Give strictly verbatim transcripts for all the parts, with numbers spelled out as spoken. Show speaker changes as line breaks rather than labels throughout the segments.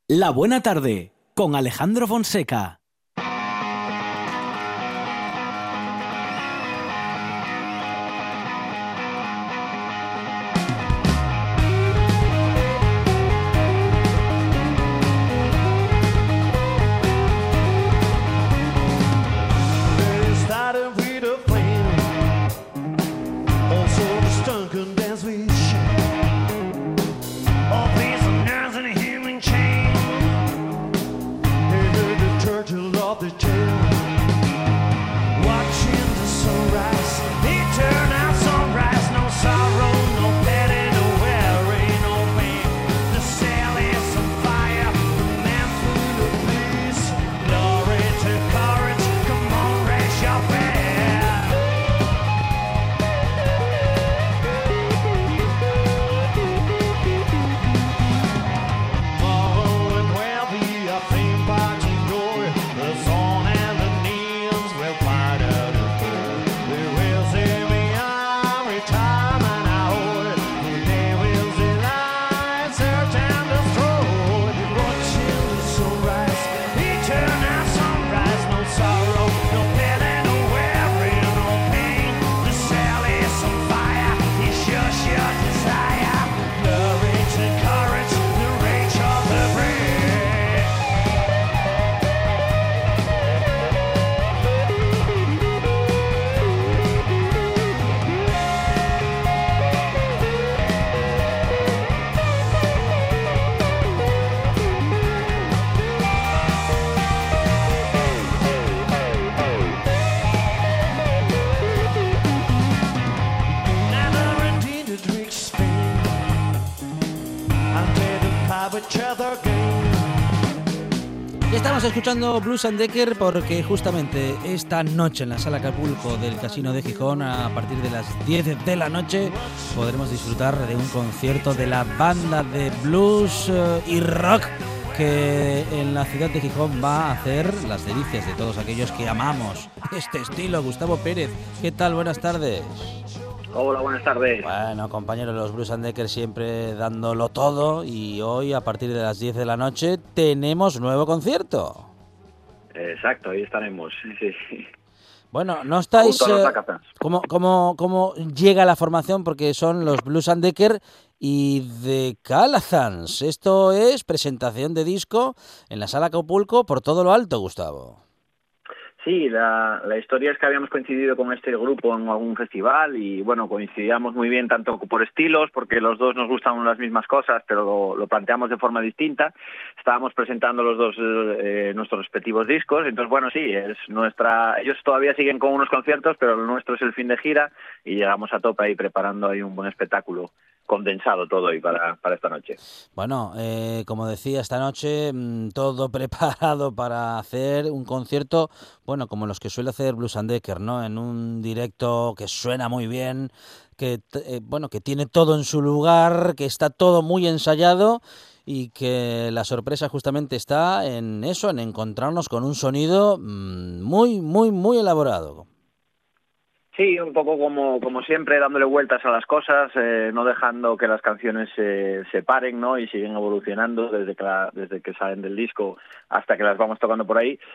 La Buena Tarde, con Alejandro Fonseca.
Estamos escuchando Blues and Decker porque justamente esta noche en la Sala Acapulco del Casino de Gijón, a partir de las diez de la noche, podremos disfrutar de un concierto de la banda de blues y rock que en la ciudad de Gijón va a hacer las delicias de todos aquellos que amamos este estilo. Gustavo Pérez, ¿qué tal? Buenas tardes.
Hola, buenas tardes.
Bueno, compañeros, los Blues and Decker siempre dándolo todo, y hoy a partir de las diez de la noche tenemos nuevo concierto.
Exacto, ahí estaremos. Sí.
Bueno, no estáis...
Eh,
¿cómo, cómo, ¿Cómo llega la formación? Porque son los Blues and Decker y The Callaghans. Esto es presentación de disco en la Sala Acapulco por todo lo alto, Gustavo.
Sí, la, la historia es que habíamos coincidido con este grupo en algún festival y, bueno, coincidíamos muy bien tanto por estilos, porque los dos nos gustan las mismas cosas, pero lo, lo planteamos de forma distinta. Estábamos presentando los dos eh, nuestros respectivos discos, entonces, bueno, sí, es nuestra. Ellos todavía siguen con unos conciertos, pero lo nuestro es el fin de gira y llegamos a tope ahí preparando ahí un buen espectáculo. Condensado todo hoy para, para esta noche.
Bueno, eh, como decía, esta noche mmm, todo preparado para hacer un concierto, bueno, como los que suele hacer Blues and Decker, ¿no? En un directo que suena muy bien, que eh, bueno, que tiene todo en su lugar, que está todo muy ensayado y que la sorpresa justamente está en eso, en encontrarnos con un sonido mmm, muy, muy, muy elaborado.
Sí, un poco como como siempre, dándole vueltas a las cosas, eh, no dejando que las canciones se separen, ¿no? Y siguen evolucionando desde que, la, desde que salen del disco hasta que las vamos tocando por ahí.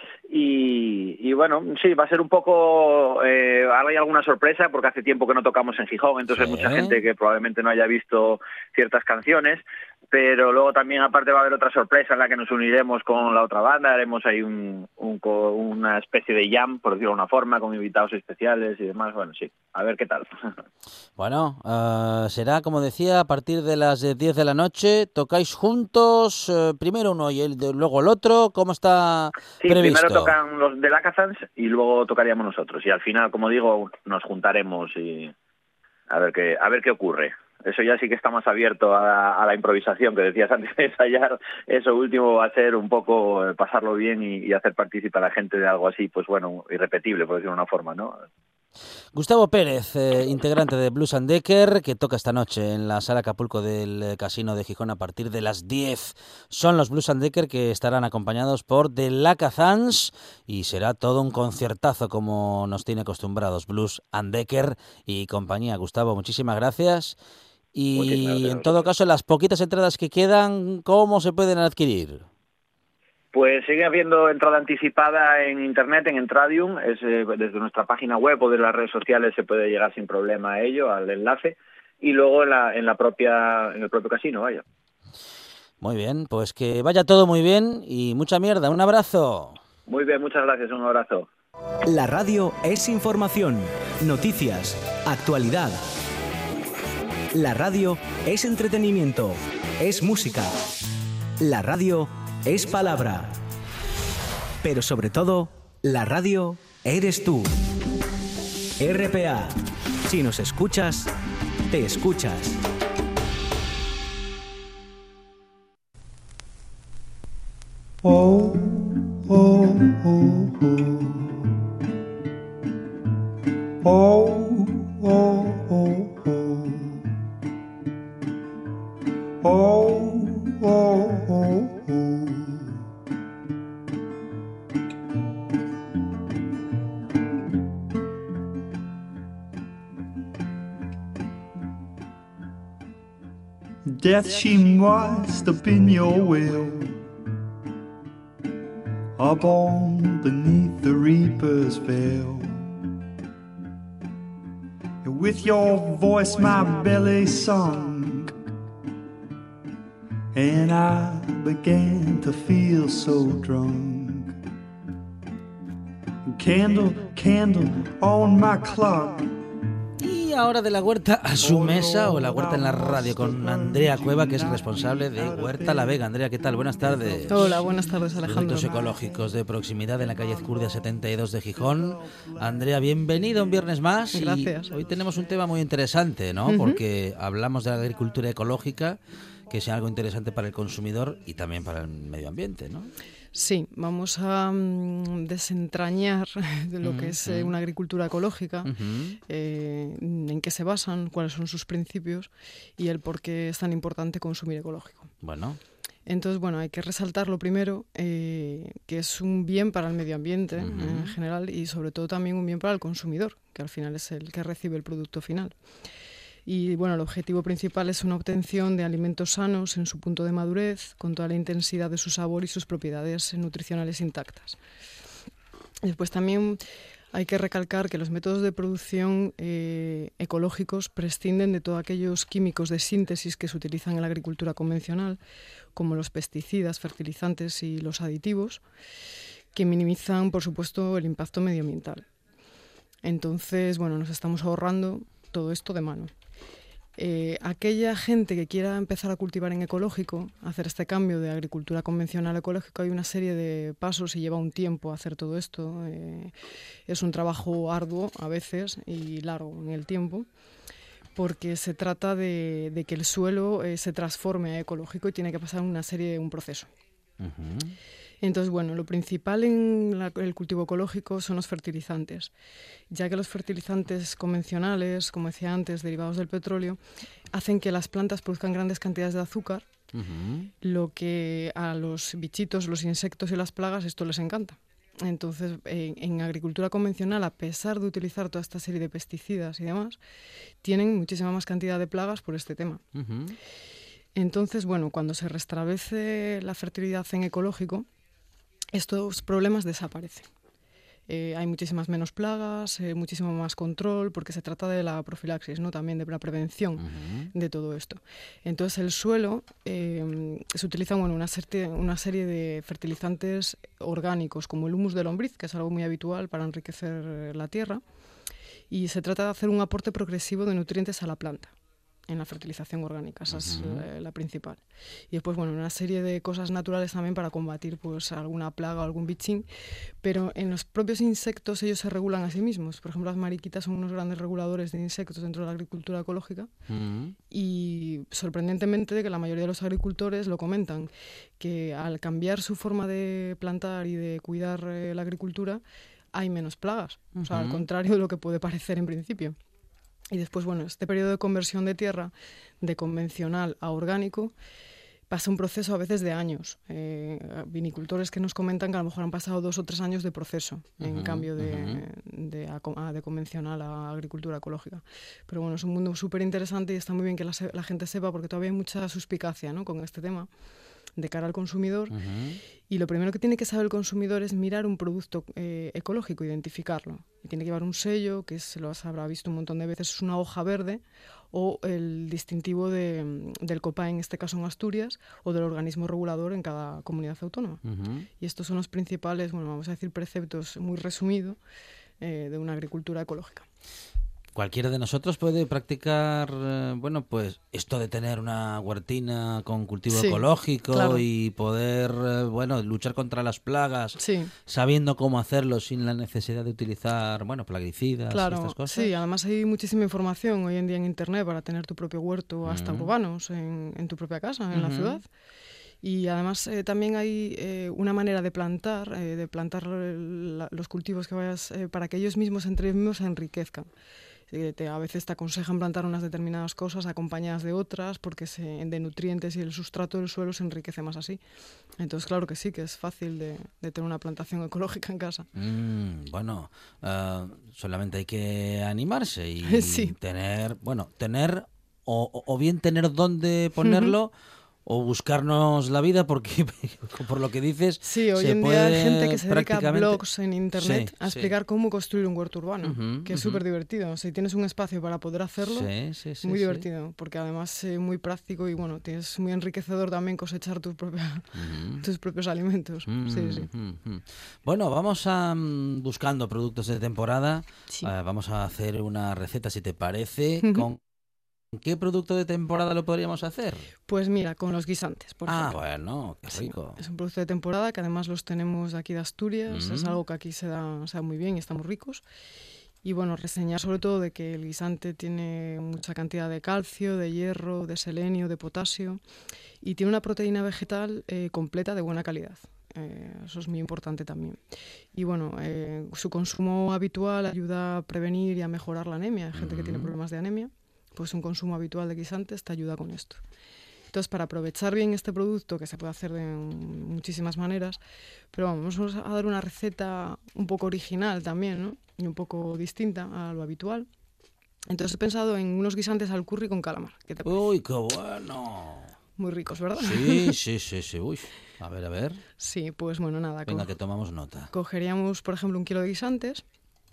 Y, y bueno, sí, va a ser un poco... Eh, ahora hay alguna sorpresa porque hace tiempo que no tocamos en Gijón, entonces sí. Hay mucha gente que probablemente no haya visto ciertas canciones, pero luego también aparte va a haber otra sorpresa en la que nos uniremos con la otra banda, haremos ahí un, un, una especie de jam, por decirlo de una forma, con invitados especiales y demás. Bueno, sí, a ver qué tal.
Bueno, uh, será, como decía, a partir de las diez de la noche, tocáis juntos, uh, primero uno y el, luego el otro, ¿cómo está
sí,
previsto?
Primero tocan los de Callaghans y luego tocaríamos nosotros, y al final, como digo, nos juntaremos y a ver qué, a ver qué ocurre. Eso ya sí que está más abierto a la, a la improvisación, que decías antes de ensayar. Eso último va a ser un poco eh, pasarlo bien y, y hacer partícipe a la gente de algo así, pues bueno, irrepetible, por decirlo de una forma, ¿no?
Gustavo Pérez, eh, integrante de Blues and Decker, que toca esta noche en la Sala Acapulco del Casino de Gijón a partir de las diez. Son los Blues and Decker que estarán acompañados por The Callaghans y será todo un conciertazo como nos tiene acostumbrados Blues and Decker y compañía. Gustavo, muchísimas gracias. Y en todo caso, las poquitas entradas que quedan, ¿cómo se pueden adquirir?
Pues sigue habiendo entrada anticipada en internet, en Entradium, es, eh, desde nuestra página web o de las redes sociales se puede llegar sin problema a ello, al enlace, y luego en la, en la propia, en el propio casino, vaya.
Muy bien, pues que vaya todo muy bien y mucha mierda. Un abrazo.
Muy bien, muchas gracias, un abrazo.
La radio es información, noticias, actualidad. La radio es entretenimiento, es música. La radio es palabra. Pero sobre todo, la radio eres tú. R P A. Si nos escuchas, te escuchas.
Oh, oh, oh, oh. Oh, oh, oh, oh. Oh, oh, oh, oh. Death, she must have been your will, up on beneath the reaper's veil. With your voice my belly sunk, and I began to feel so drunk. Candle, candle on my clock.
Y ahora de la huerta a su mesa, o la huerta en la radio, con Andrea Cueva, que es responsable de Huerta La Vega. Andrea, ¿qué tal? Buenas tardes.
Hola, buenas tardes, Alejandro.
Productos ecológicos de proximidad en la calle Ezcurdia setenta y dos de Gijón. Andrea, bienvenido un viernes más.
Gracias.
Y hoy tenemos un tema muy interesante, ¿no? Uh-huh. Porque hablamos de la agricultura ecológica, que es algo interesante para el consumidor y también para el medio ambiente, ¿no?
Sí, vamos a um, desentrañar de lo uh-huh. que es eh, una agricultura ecológica, uh-huh. eh, en qué se basan, cuáles son sus principios y el por qué es tan importante consumir ecológico.
Bueno.
Entonces, bueno, hay que resaltar lo primero, eh, que es un bien para el medio ambiente uh-huh. eh, en general y sobre todo también un bien para el consumidor, que al final es el que recibe el producto final. Y bueno, el objetivo principal es una obtención de alimentos sanos en su punto de madurez, con toda la intensidad de su sabor y sus propiedades nutricionales intactas. Después también hay que recalcar que los métodos de producción eh, ecológicos prescinden de todos aquellos químicos de síntesis que se utilizan en la agricultura convencional, como los pesticidas, fertilizantes y los aditivos, que minimizan, por supuesto, el impacto medioambiental. Entonces, bueno, nos estamos ahorrando todo esto de mano. Eh, aquella gente que quiera empezar a cultivar en ecológico, hacer este cambio de agricultura convencional a ecológico, hay una serie de pasos y lleva un tiempo hacer todo esto. Eh, es un trabajo arduo a veces y largo en el tiempo, porque se trata de, de que el suelo eh, se transforme a ecológico y tiene que pasar una serie, un proceso. Uh-huh. Entonces, bueno, lo principal en la, el cultivo ecológico son los fertilizantes, ya que los fertilizantes convencionales, como decía antes, derivados del petróleo, hacen que las plantas produzcan grandes cantidades de azúcar, uh-huh. lo que a los bichitos, los insectos y las plagas esto les encanta. Entonces, en, en agricultura convencional, a pesar de utilizar toda esta serie de pesticidas y demás, tienen muchísima más cantidad de plagas por este tema. Uh-huh. Entonces, bueno, cuando se restablece la fertilidad en ecológico, estos problemas desaparecen. Eh, hay muchísimas menos plagas, eh, muchísimo más control, porque se trata de la profilaxis, ¿no? También de la prevención uh-huh. de todo esto. Entonces el suelo, eh, se utilizan bueno, una, serie, una serie de fertilizantes orgánicos, como el humus de lombriz, que es algo muy habitual para enriquecer la tierra, y se trata de hacer un aporte progresivo de nutrientes a la planta en la fertilización orgánica, esa es uh-huh. la, la principal. Y después, bueno, una serie de cosas naturales también para combatir pues alguna plaga o algún bichín, pero en los propios insectos ellos se regulan a sí mismos. Por ejemplo, las mariquitas son unos grandes reguladores de insectos dentro de la agricultura ecológica uh-huh. y sorprendentemente que la mayoría de los agricultores lo comentan, que al cambiar su forma de plantar y de cuidar eh, la agricultura hay menos plagas, uh-huh. o sea, al contrario de lo que puede parecer en principio. Y después, bueno, este periodo de conversión de tierra de convencional a orgánico pasa un proceso a veces de años. Eh, vinicultores que nos comentan que a lo mejor han pasado dos o tres años de proceso uh-huh, en cambio de, uh-huh. de, a, de convencional a agricultura ecológica. Pero bueno, es un mundo súper interesante y está muy bien que la, la gente sepa porque todavía hay mucha suspicacia, ¿no? Con este tema de cara al consumidor uh-huh. Y lo primero que tiene que saber el consumidor es mirar un producto eh, ecológico, identificarlo. Y tiene que llevar un sello, que se lo habrá visto un montón de veces, es una hoja verde, o el distintivo de, del COPA, en este caso en Asturias, o del organismo regulador en cada comunidad autónoma. Uh-huh. Y estos son los principales, bueno, vamos a decir, preceptos muy resumidos eh, de una agricultura ecológica.
Cualquiera de nosotros puede practicar, eh, bueno, pues esto de tener una huertina con cultivo sí, ecológico claro. y poder, eh, bueno, luchar contra las plagas, sí. sabiendo cómo hacerlo sin la necesidad de utilizar, bueno, plaguicidas
claro,
y estas cosas.
Sí, además hay muchísima información hoy en día en Internet para tener tu propio huerto, hasta uh-huh. urbanos, en, en tu propia casa, en uh-huh. la ciudad. Y además eh, también hay eh, una manera de plantar, eh, de plantar la, los cultivos que vayas, eh, para que ellos mismos entre ellos mismos se enriquezcan. Te, a veces te aconsejan plantar unas determinadas cosas acompañadas de otras porque se, de nutrientes y el sustrato del suelo se enriquece más así. Entonces, claro que sí, que es fácil de, de tener una plantación ecológica en casa.
Mm, bueno, uh, solamente hay que animarse y
sí.
tener, bueno, tener o, o bien tener dónde ponerlo. Uh-huh. O buscarnos la vida, porque por lo que dices,
sí, hoy
se
en día hay gente que se dedica a blogs en internet sí, a explicar sí. cómo construir un huerto urbano, uh-huh, que es uh-huh. súper divertido. Si tienes un espacio para poder hacerlo, sí, sí, sí, muy sí. divertido, porque además es eh, muy práctico y bueno, es muy enriquecedor también cosechar tus, propia, uh-huh. tus propios alimentos. Uh-huh. Sí, sí.
Uh-huh. Bueno, vamos a um, buscando productos de temporada. Sí. Uh, vamos a hacer una receta, si te parece, uh-huh. con ¿qué producto de temporada lo podríamos hacer?
Pues mira, con los guisantes, por
ah,
ejemplo.
Ah, bueno, qué rico.
Sí, es un producto de temporada que además los tenemos de aquí de Asturias, mm. es algo que aquí se da, se da muy bien y están muy ricos. Y bueno, reseñar sobre todo de que el guisante tiene mucha cantidad de calcio, de hierro, de selenio, de potasio y tiene una proteína vegetal eh, completa de buena calidad. Eh, eso es muy importante también. Y bueno, eh, su consumo habitual ayuda a prevenir y a mejorar la anemia. Hay gente mm. que tiene problemas de anemia. Pues un consumo habitual de guisantes te ayuda con esto. Entonces, para aprovechar bien este producto, que se puede hacer de muchísimas maneras, pero vamos a dar una receta un poco original también, ¿no? Y un poco distinta a lo habitual. Entonces he pensado en unos guisantes al curry con calamar. ¿Qué te parece?
¡Uy, qué bueno!
Muy ricos, ¿verdad?
Sí, sí, sí, sí. Uy, a ver, a ver.
Sí, pues bueno, nada.
Venga, co- que tomamos nota.
Cogeríamos, por ejemplo, un kilo de guisantes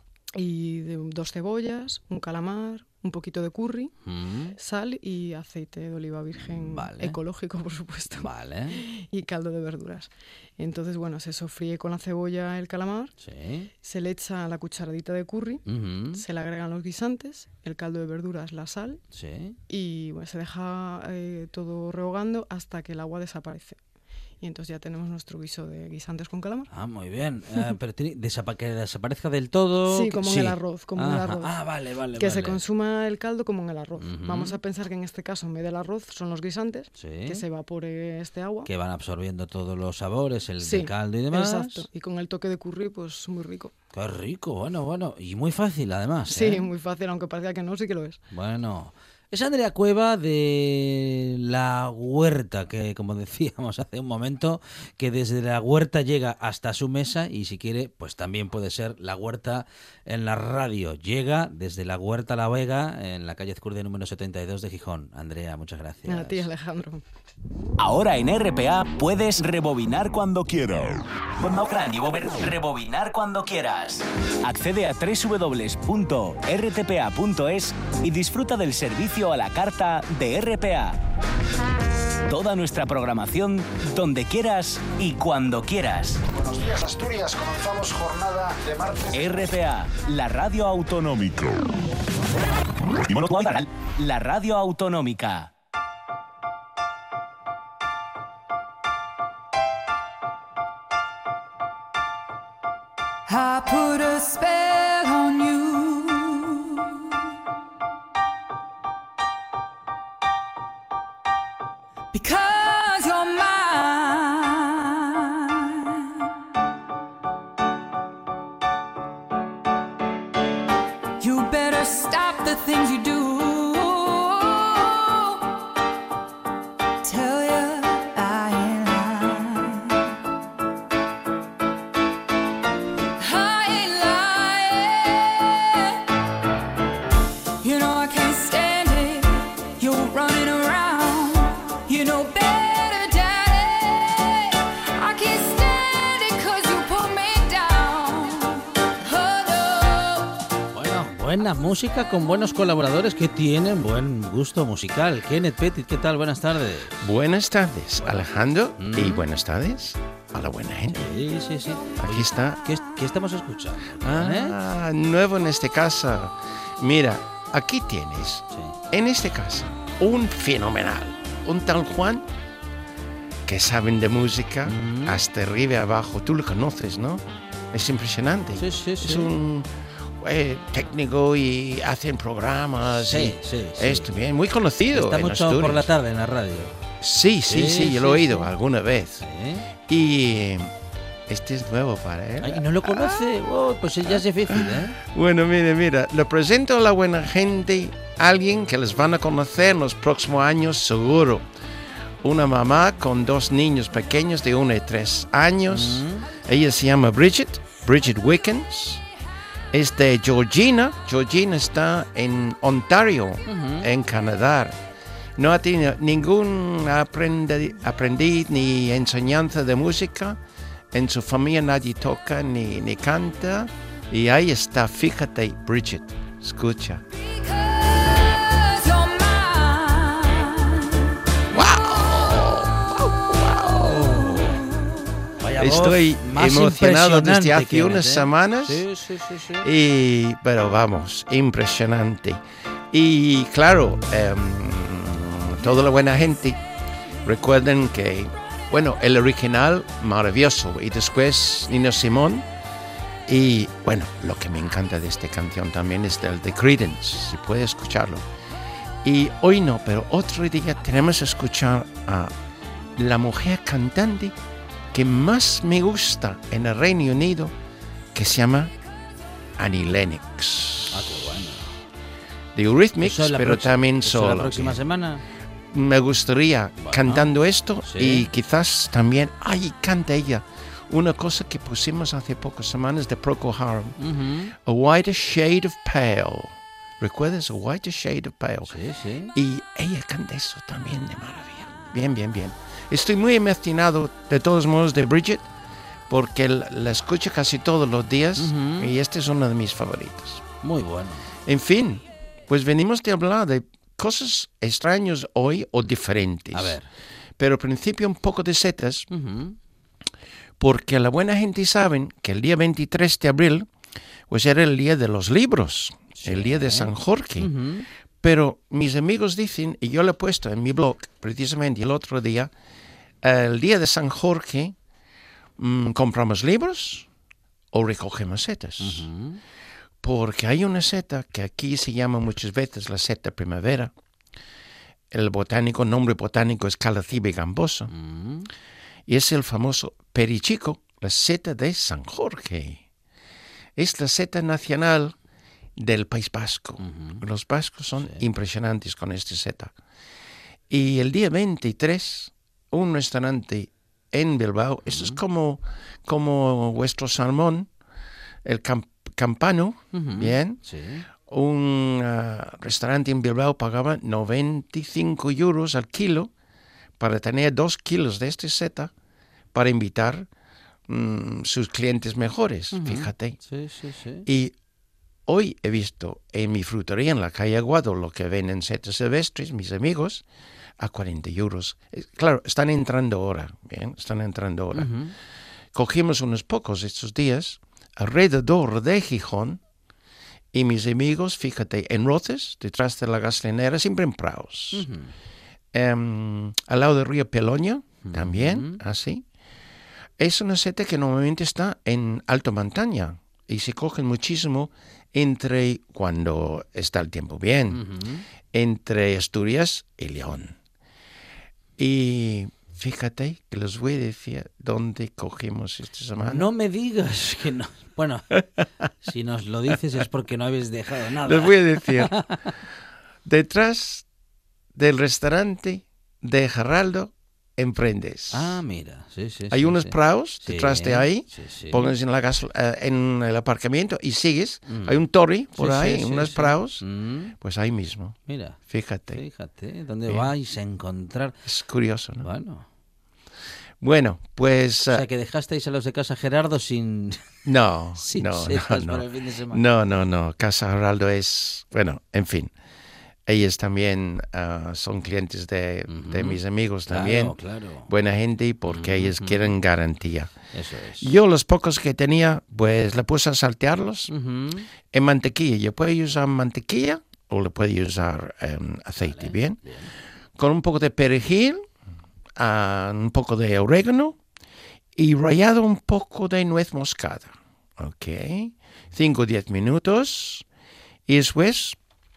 y de dos cebollas, un calamar, un poquito de curry, mm. sal y aceite de oliva virgen vale. ecológico, por supuesto.
Vale.
Y caldo de verduras. Entonces, bueno, se sofríe con la cebolla el calamar,
sí.
se le echa la cucharadita de curry,
uh-huh.
se le agregan los guisantes, el caldo de verduras, la sal,
sí.
y bueno, se deja eh, todo rehogando hasta que el agua desaparece. Y entonces ya tenemos nuestro guiso de guisantes con calamar.
Ah, muy bien. Uh, pero tiene, desapa- que desaparezca del todo.
Sí, como
sí.
en el arroz. Como en el arroz.
Ah, vale, vale.
Que
vale.
se consuma el caldo como en el arroz.
Uh-huh.
Vamos a pensar que en este caso, en vez del arroz, son los guisantes,
sí.
que se evapore este agua.
Que van absorbiendo todos los sabores, el
sí,
del caldo y demás.
Exacto. Y con el toque de curry, pues muy rico.
Qué rico, bueno, bueno. Y muy fácil, además.
Sí,
¿eh?
muy fácil, aunque parecía que no, sí que lo es.
Bueno. Es Andrea Cueva de La Huerta, que como decíamos hace un momento, que desde la huerta llega hasta su mesa y si quiere, pues también puede ser La Huerta en la radio. Llega desde La Huerta La Vega, en la calle Ezcurdia número setenta y dos de Gijón. Andrea, muchas gracias.
A ti, Alejandro.
Ahora en R P A puedes rebobinar cuando quieras. Rebobinar cuando quieras. Accede a doble u doble u doble u punto r t p a punto es y disfruta del servicio a la carta de R P A. Toda nuestra programación donde quieras y cuando quieras.
Buenos días, Asturias. Comenzamos jornada de martes.
R P A, la radio autonómica. La radio autonómica.
I put a spell on you. Because you're mine. You better stop the things you do. Tell you I ain't lying. I ain't lying. You know I can't stand it. You're running around. You know better, Daddy. I can't stand
buena música con buenos colaboradores que tienen buen gusto musical. Kenneth Petit, ¿qué tal? Buenas tardes.
Buenas tardes, Alejandro, mm. y buenas tardes a la buena gente.
Sí, sí, sí.
Aquí
Oye,
está.
¿Qué, qué estamos escuchando?
Ah, ¿eh? Nuevo en este caso. Mira, aquí tienes, sí. en este caso, un fenomenal, un tal Juan, que saben de música mm. hasta arriba y abajo. Tú lo conoces, ¿no? Es impresionante.
Sí, sí, sí.
Es un eh, técnico y hacen programas.
Sí,
y
sí, sí.
Esto bien, muy conocido.
Está
en
mucho
Asturias.
por la tarde en la radio.
Sí, sí, sí, sí yo sí, lo he oído sí. alguna vez.
¿Sí?
Y este es nuevo para él.
Ay, ¿no lo conoce? Ah. Oh, pues ya es difícil, ¿eh?
Bueno, mire, mira, lo presento a la buena gente, alguien que les van a conocer en los próximos años seguro. Una mamá con dos niños pequeños de uno y tres años. Mm. Ella se llama Bridget, Bridget Wickens. Es de Georgina. Georgina está en Ontario, uh-huh. en Canadá. No ha tenido ningún aprendi- aprendiz ni enseñanza de música. En su familia nadie toca ni, ni canta. Y ahí está, fíjate, Bridget, escucha. Estoy emocionado desde hace tienes, unas ¿eh? semanas.
Sí, sí, sí, sí.
Y, pero vamos, impresionante. Y claro, eh, toda la buena gente, recuerden que, bueno, el original, maravilloso. Y después Nina Simone. Y bueno, lo que me encanta de esta canción también es el de Creedence, si puede escucharlo. Y hoy no, pero otro día tenemos que escuchar a la mujer cantante que más me gusta en el Reino Unido, que se llama Annie Lennox.
Ah, qué bueno.
De Eurythmics, pero próxima, también solo.
¿La próxima semana?
Me gustaría bueno, cantando esto
sí.
y quizás también, ay, canta ella, una cosa que pusimos hace pocas semanas de Procol Harum, uh-huh. A Whiter Shade of Pale. ¿Recuerdas? A Whiter Shade of Pale.
Sí, sí.
Y ella canta eso también de maravilla. Bien, bien, bien. Estoy muy emocionado, de todos modos, de Bridget, porque la, la escucho casi todos los días uh-huh. y este es uno de mis favoritos.
Muy bueno.
En fin, pues venimos de hablar de cosas extrañas hoy o diferentes.
A ver.
Pero al principio un poco de setas,
uh-huh.
porque la buena gente sabe que el día veintitrés de abril pues era el día de los libros, sí. el día de San Jorge. Uh-huh. Pero mis amigos dicen, y yo lo he puesto en mi blog precisamente el otro día, el día de San Jorge, mmm, ¿compramos libros o recogemos setas?
Uh-huh.
Porque hay una seta que aquí se llama muchas veces la seta primavera. El botánico, nombre botánico es Calathea gambosa.
Uh-huh.
Y es el famoso perichico, la seta de San Jorge. Es la seta nacional del País Vasco. Uh-huh. Los vascos son sí. impresionantes con esta seta. Y el día veintitrés, un restaurante en Bilbao, uh-huh. esto es como, como vuestro salmón, el camp- Campano, uh-huh. bien,
sí.
un uh, restaurante en Bilbao pagaba noventa y cinco euros al kilo para tener dos kilos de esta seta para invitar um, sus clientes mejores, uh-huh. fíjate.
Sí, sí, sí.
Y hoy he visto en mi frutería en la calle Aguado lo que venden setas silvestres, mis amigos, a cuarenta euros. Claro, están entrando ahora, bien, están entrando ahora.
Uh-huh.
Cogimos unos pocos estos días alrededor de Gijón y mis amigos, fíjate, en Roces, detrás de la gasolinera, siempre en Praos. Uh-huh. Um, al lado del río Peloña, uh-huh. también, así. Es una seta que normalmente está en alta montaña y se cogen muchísimo entre, cuando está el tiempo bien, uh-huh. entre Asturias y León. Y fíjate que les voy a decir dónde cogimos esta semana.
No me digas que no. Bueno, si nos lo dices es porque no habéis dejado nada.
Les voy a decir. Detrás del restaurante de Geraldo Emprendes.
Ah, mira. Sí, sí,
Hay
sí,
unos
sí.
praos
sí,
detrás de ahí.
Sí, sí.
Pónganse en, la gas, uh, en el aparcamiento y sigues. Mm. Hay un torri por
sí,
ahí,
sí,
en
sí,
unos
sí.
praos.
Mm.
Pues ahí mismo.
Mira.
Fíjate.
Fíjate. ¿Dónde
Bien.
vais a encontrar?
Es curioso, ¿no?
Bueno.
Bueno, pues...
O sea, que dejasteis a los de Casa Gerardo sin...
No,
sin
no, no,
setas
no.
para el fin de semana.
No, no, no. Casa Geraldo es... Bueno, en fin. Ellos también uh, son clientes de, uh-huh. de mis amigos también.
Claro, claro.
Buena gente porque uh-huh. ellos quieren garantía.
Eso es.
Yo los pocos que tenía, pues le puse a saltearlos
Uh-huh.
en mantequilla. Yo puedo usar mantequilla o le puedo usar um, aceite,
Vale,
¿bien?
bien.
Con un poco de perejil, uh, un poco de orégano y rallado un poco de nuez moscada. Ok. cinco o diez minutos. Y después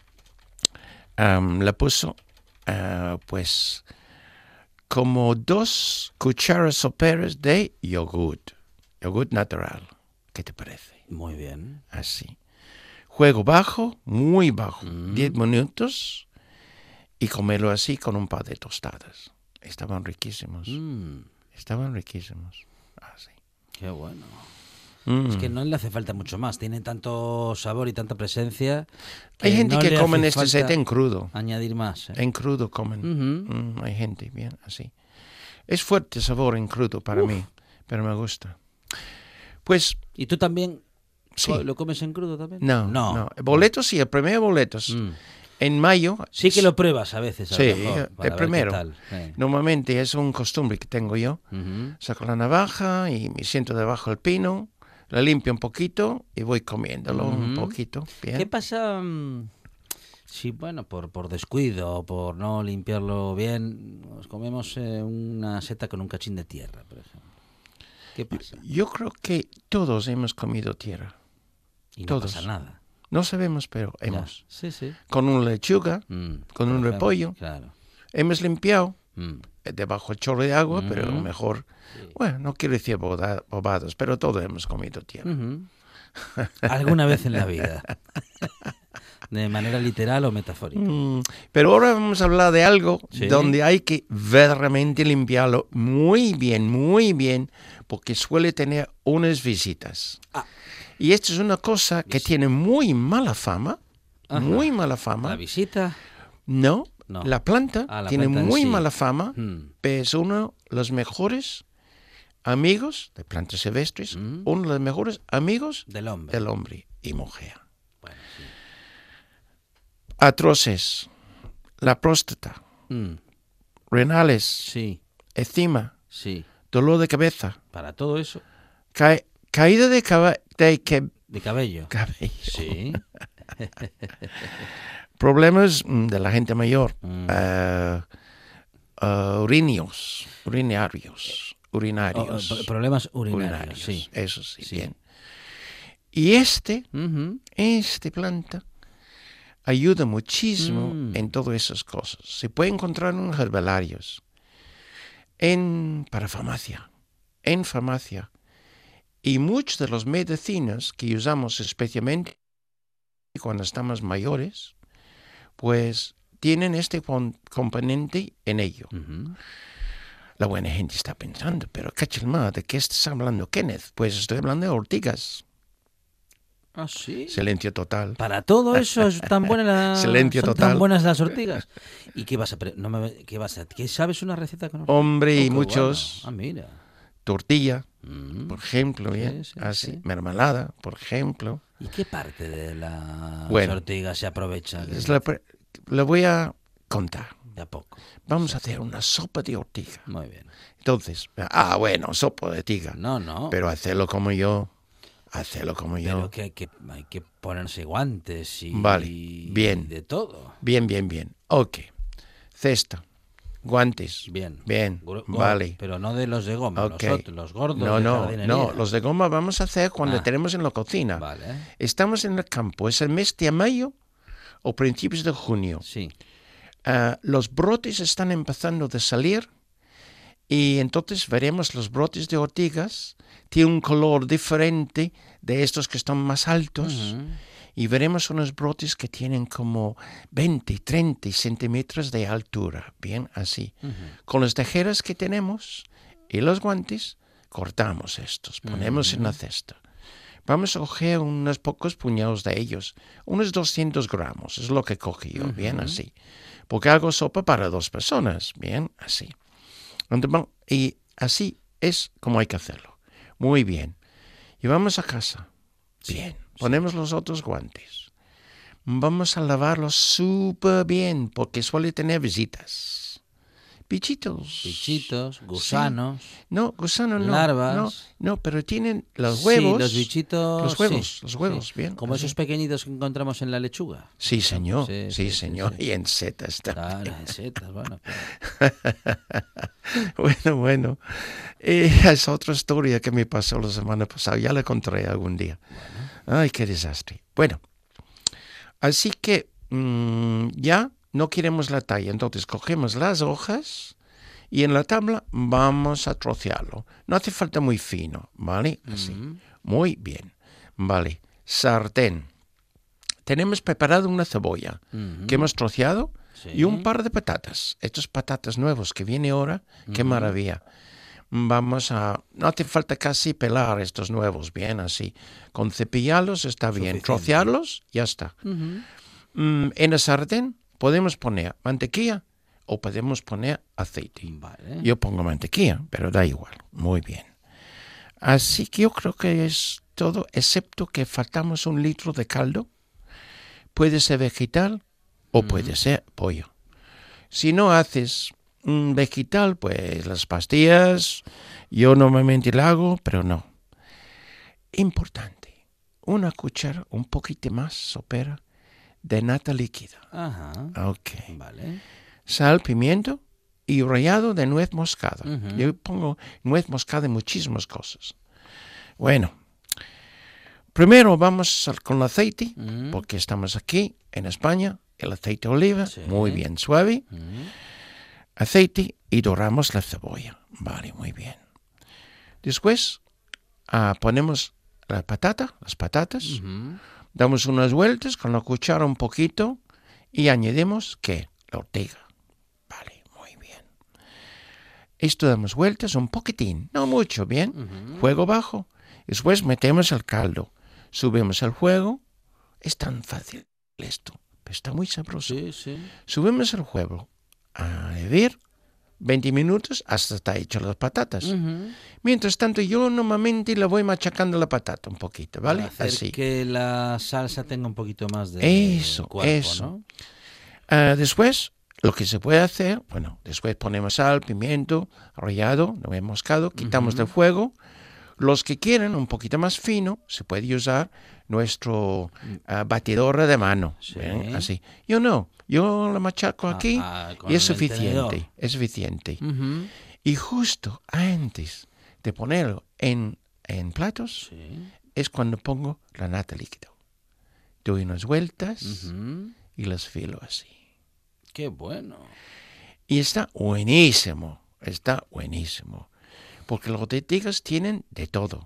um, le puso, uh, pues, como dos cucharas soperas de yogurt. Yogurt natural. ¿Qué te parece?
Muy bien.
Así. Fuego bajo, muy bajo.
Mm.
diez minutos. Y comerlo así con un par de tostadas. Estaban riquísimos.
Mm.
Estaban riquísimos. Así.
Qué bueno.
Mm.
Es que no le hace falta mucho más. Tiene tanto sabor y tanta presencia. Que
Hay gente
no
que
le
comen
hace
este
falta
set en crudo.
Añadir más. ¿eh?
En crudo comen.
Uh-huh.
Mm, hay gente, bien, así. Es fuerte sabor en crudo para
Uf.
mí, pero me gusta. Pues,
¿Y tú también
sí.
lo comes en crudo también?
No, no. no. Boletos sí, el primero boletos.
Mm.
En mayo...
Sí que lo pruebas a veces. A
sí,
lo mejor, para
el
ver
primero.
qué tal. Sí.
Normalmente es un costumbre que tengo yo.
Uh-huh.
Saco la navaja y me siento debajo del pino, la limpio un poquito y voy comiéndolo
Uh-huh.
un poquito. Bien.
¿Qué pasa um, si, bueno, por, por descuido o por no limpiarlo bien, nos comemos eh, una seta con un cachín de tierra, por ejemplo? ¿Qué pasa?
Yo creo que todos hemos comido tierra.
Y no
todos.
pasa nada.
No sabemos, pero
Ya.
hemos.
Sí, sí.
Con una lechuga,
Mm,
con un
por ejemplo,
repollo.
Claro.
Hemos limpiado
Mm.
debajo el chorro de agua,
Mm.
pero mejor...
Sí.
Bueno, no quiero decir boda- bobadas, pero todos hemos comido tierra.
Ujú. Alguna vez en la vida. De manera literal o metafórica.
Mm, pero ahora vamos a hablar de algo
Sí.
donde hay que verdaderamente limpiarlo muy bien, muy bien, porque suele tener unas visitas.
Ah.
Y esto es una cosa que tiene muy mala fama,
Ajá.
muy mala fama.
La visita.
No,
No.
la planta
Ah, la
tiene
planta en
muy
sí.
mala fama,
Mm.
pero es uno de los mejores amigos de plantas silvestres,
Mm.
uno de los mejores amigos
Del hombre.
del hombre y mujer.
Bueno, sí.
Atroces, la próstata,
Mm.
renales,
Sí,
eczema,
sí.
dolor de cabeza,
Para todo eso.
ca- caída de, caba- de que-
De cabello.
cabello,
Sí.
problemas mm, de la gente mayor,
Mm.
eh, eh, urinios, urinarios,
Oh,
urinarios,
eh, problemas urinarios,
urinarios,
sí.
eso sí,
Sí.
bien. Y este,
Ujú.
este planta ayuda muchísimo
Mm.
en todas esas cosas. Se puede encontrar en herbalarios, en parafarmacia, en farmacia. Y muchas de las medicinas que usamos especialmente cuando estamos mayores, pues tienen este pon- componente en ello.
Ujú.
La buena gente está pensando, pero cachelma, ¿de qué estás hablando, Kenneth? Pues estoy hablando de ortigas.
Ah, sí.
Silencio total.
Para todo eso es tan buena la...
Silencio
son
total.
tan buenas las ortigas. ¿Y qué vas a pre- no me... qué vas a qué sabes una receta con ortigas?
Hombre,
Oh,
y
qué
muchos,
bueno. Ah, mira.
tortilla,
Mm.
por ejemplo,
Sí,
bien,
sí,
así,
sí.
mermelada, por ejemplo.
¿Y qué parte de las
Bueno,
ortigas se aprovecha?
Es la pre- le voy a contar.
De a poco.
Vamos a hacer una sopa de ortiga.
Muy bien.
Entonces, ah, bueno, sopa de ortiga.
No, no.
Pero hacerlo como yo, hacerlo como yo.
Pero que hay que, hay que ponerse guantes y,
Vale,
y
bien.
de todo.
Bien, bien, bien. Ok. Cesta, guantes.
Bien.
Bien,
Gor-
vale.
Pero no de los de goma,
Ok.
los, otros, los gordos
No,
de
no,
jardinería.
no. Los de goma vamos a hacer cuando
Ah.
tenemos en la cocina.
Vale.
Estamos en el campo. Es el mes de mayo o principios de junio.
Sí.
Ah, los brotes están empezando a salir y entonces veremos los brotes de ortigas. Tiene un color diferente de estos que están más altos.
Ujú.
Y veremos unos brotes que tienen como veinte, treinta centímetros de altura. Bien, así.
Ujú.
Con las tijeras que tenemos y los guantes, cortamos estos, ponemos en la cesta. Vamos a coger unos pocos puñados de ellos, unos doscientos gramos, es lo que cogí yo,
Ujú.
bien así. Porque hago sopa para dos personas, bien así. Entonces, y así es como hay que hacerlo. Muy bien. Y vamos a casa. Bien. Sí, ponemos sí. los otros guantes. Vamos a lavarlos súper bien porque suele tener visitas. Bichitos.
Bichitos, gusanos.
Sí. No, gusanos no.
Larvas.
No, no, pero tienen los huevos.
Sí, los bichitos.
Los huevos,
sí,
los huevos,
sí.
bien.
Como
así.
Esos pequeñitos que encontramos en la lechuga.
Sí, señor. Sí, sí,
sí
señor.
Sí, sí.
Y en setas también.
Claro, en setas, bueno.
Pero... bueno, bueno. Eh, es otra historia que me pasó la semana pasada. Ya la contaré algún día. Bueno. Ay, qué desastre. Bueno, así que mmm, ya... no queremos la talla, entonces cogemos las hojas y en la tabla vamos a trocearlo. No hace falta muy fino, ¿vale? Así. Mm-hmm. Muy bien. Vale. Sartén. Tenemos preparado una cebolla mm-hmm. que hemos troceado sí. y un par de patatas. Estos patatas nuevos que viene ahora, mm-hmm. qué maravilla. Vamos a... no hace falta casi pelar estos nuevos, bien así. Con cepillarlos está bien. Suficiente. Trocearlos, ya está. Mm-hmm. Mm, en la sartén podemos poner mantequilla o podemos poner aceite.
Vale.
Yo pongo mantequilla, pero da igual. Muy bien. Así que yo creo que es todo, excepto que faltamos un litro de caldo. Puede ser vegetal o mm. puede ser pollo. Si no haces un vegetal, pues las pastillas, yo normalmente lo hago, pero no. Importante, una cuchara, un poquito más sopera, de nata líquida.
Ajá.
Ok.
Vale.
Sal, pimiento y rallado de nuez moscada.
Uh-huh.
Yo pongo nuez moscada en muchísimas cosas. Bueno, primero vamos con el aceite, uh-huh. porque estamos aquí en España, el aceite de oliva, sí. muy bien suave. Uh-huh. Aceite y doramos la cebolla. Vale, muy bien. Después uh, ponemos la patata, las patatas. Uh-huh. Damos unas vueltas con la cuchara un poquito y añadimos, ¿qué? La ortiga. Vale, muy bien. Esto damos vueltas un poquitín, no mucho, ¿bien? Uh-huh. Fuego bajo. Después metemos el caldo. Subimos el fuego. Es tan fácil esto, pero está muy sabroso.
Sí, sí.
Subimos el fuego a hervir veinte minutos hasta está hecho las patatas. Uh-huh. Mientras tanto, yo normalmente le voy machacando la patata un poquito, ¿vale?
Para hacer
así.
Que la salsa tenga un poquito más de
eso,
cuerpo,
eso.
¿no?
Uh, después, lo que se puede hacer, bueno, después ponemos sal, pimiento, rallado, nuez moscada, quitamos uh-huh. del fuego. Los que quieren un poquito más fino, se puede usar nuestro uh, batidor de mano, sí. ¿eh? Así. Yo no, yo lo machaco aquí ah, ah, y es suficiente, es suficiente. Uh-huh. Y justo antes de ponerlo en, en platos, sí. es cuando pongo la nata líquida. Doy unas vueltas uh-huh. y las filo así.
¡Qué bueno!
Y está buenísimo, está buenísimo. Porque los ortigas tienen de todo.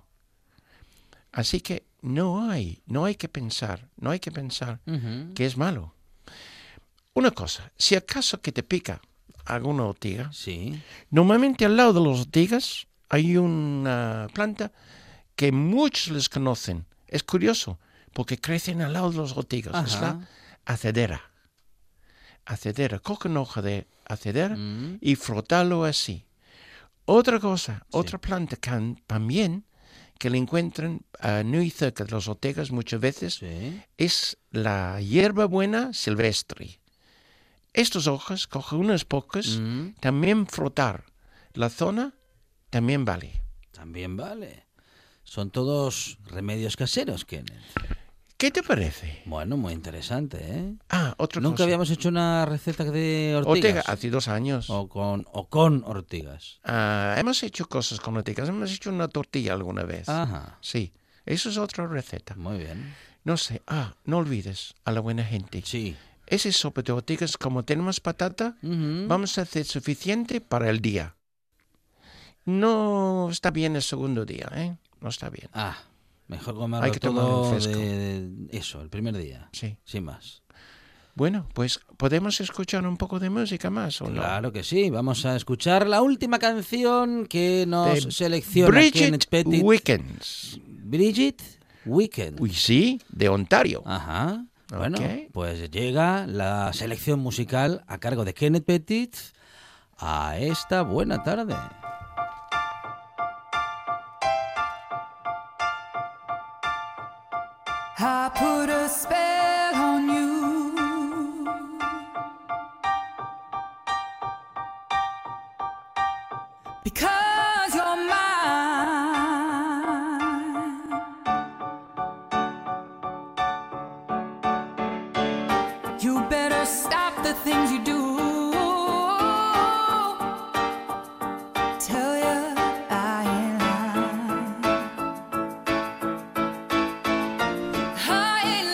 Así que no hay, no hay que pensar, no hay que pensar uh-huh. que es malo. Una cosa, si acaso que te pica alguna ortiga,
sí.
normalmente al lado de las ortigas hay una planta que muchos les conocen. Es curioso, porque crecen al lado de las ortigas. Ajá. Es la acedera. Acedera, coge una hoja de acedera uh-huh. y frotarlo así. Otra cosa, sí. otra planta que también que le encuentran uh, muy cerca de las ortigas muchas veces sí. es la hierbabuena silvestre. Estas hojas, coge unas pocas, mm. también frotar la zona, también vale.
También vale. Son todos remedios caseros, Kenneth.
¿Qué te parece?
Bueno, muy interesante, ¿eh?
Ah, otra
Nunca
cosa.
habíamos hecho una receta de ortigas.
Ortiga, hace dos años.
O con, o con ortigas.
Ah, hemos hecho cosas con ortigas. Hemos hecho una tortilla alguna vez.
Ajá.
Sí, eso es otra receta.
Muy bien.
No sé, ah, no olvides a la buena gente.
Sí.
Ese sopa de ortigas, como tenemos patata, uh-huh. vamos a hacer suficiente para el día. No está bien el segundo día, ¿eh? No está bien.
Ah, mejor comerlo Hay que todo de eso, el primer día.
Sí.
Sin más.
Bueno, pues ¿podemos escuchar un poco de música más o
claro
no?
Claro que sí. Vamos a escuchar la última canción que nos de selecciona
Bridget
Kenneth Pettit.
Wickens.
Bridget Wickens.
Uy, sí, de Ontario.
Ajá. Bueno,
okay.
pues llega la selección musical a cargo de Kenneth Pettit a esta buena tarde.
I put a spell on you. Because you're mine. You better stop the things you do. Tell you I ain't lying. I ain't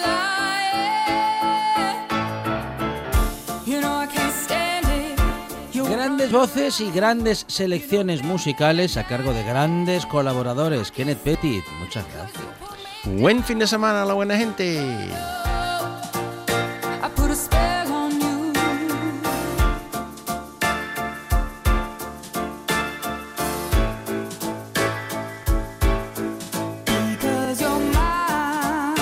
lying. You know I can't stand it. You
Grandes voces y grandes selecciones musicales a cargo de grandes colaboradores. Kenneth Pettit, muchas gracias.
Buen fin de semana, la buena gente.
I put a spell on you. Because you're mine.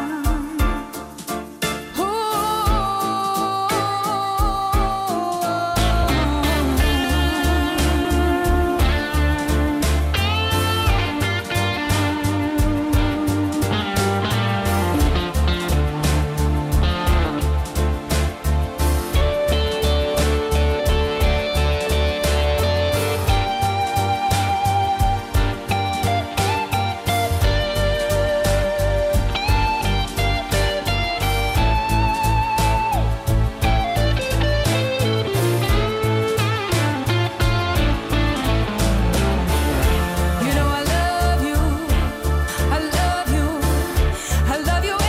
You know I love you. I love you. I love you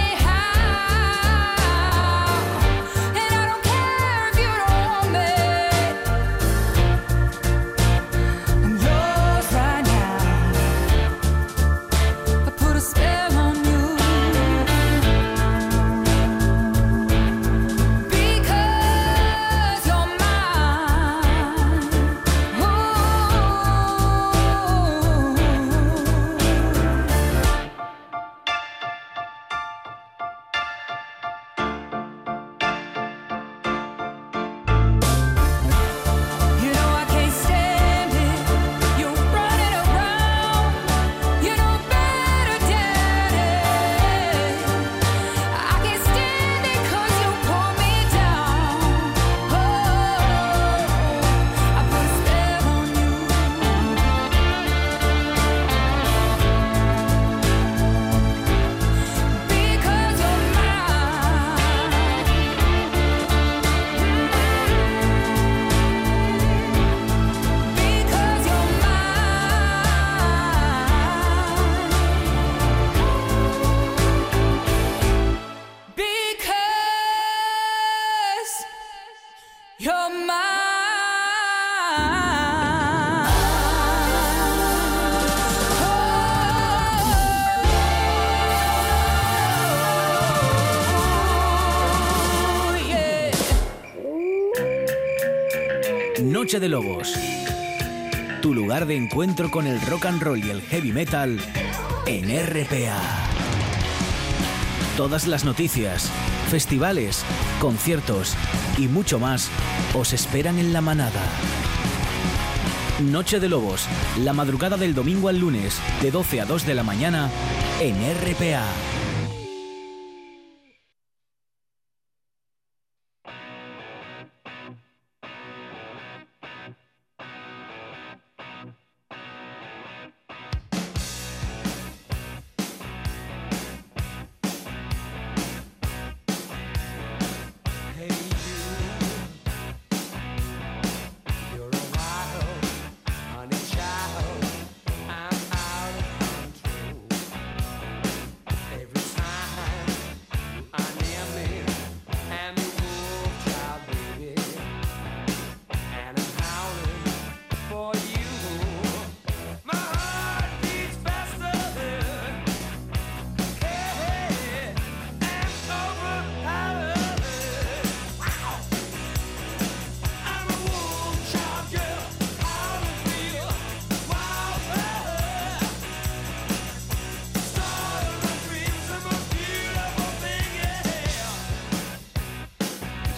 anyhow. And I don't care if you don't want me. I'm yours right now. I put a spell on you. Because you're mine. You know I can't stand it. You're running around. You know better, Daddy. I can't stand it 'cause you pull me down. Oh, I put a spell on you. Because you're mine. Because you're mine. Because you're mine. Oh, yeah.
Noche de Lobos. Tu lugar de encuentro con el rock and roll y el heavy metal en R P A. Todas las noticias, festivales, conciertos y mucho más os esperan en La Manada. Noche de Lobos, la madrugada del domingo al lunes, de doce a dos de la mañana en R P A.
Every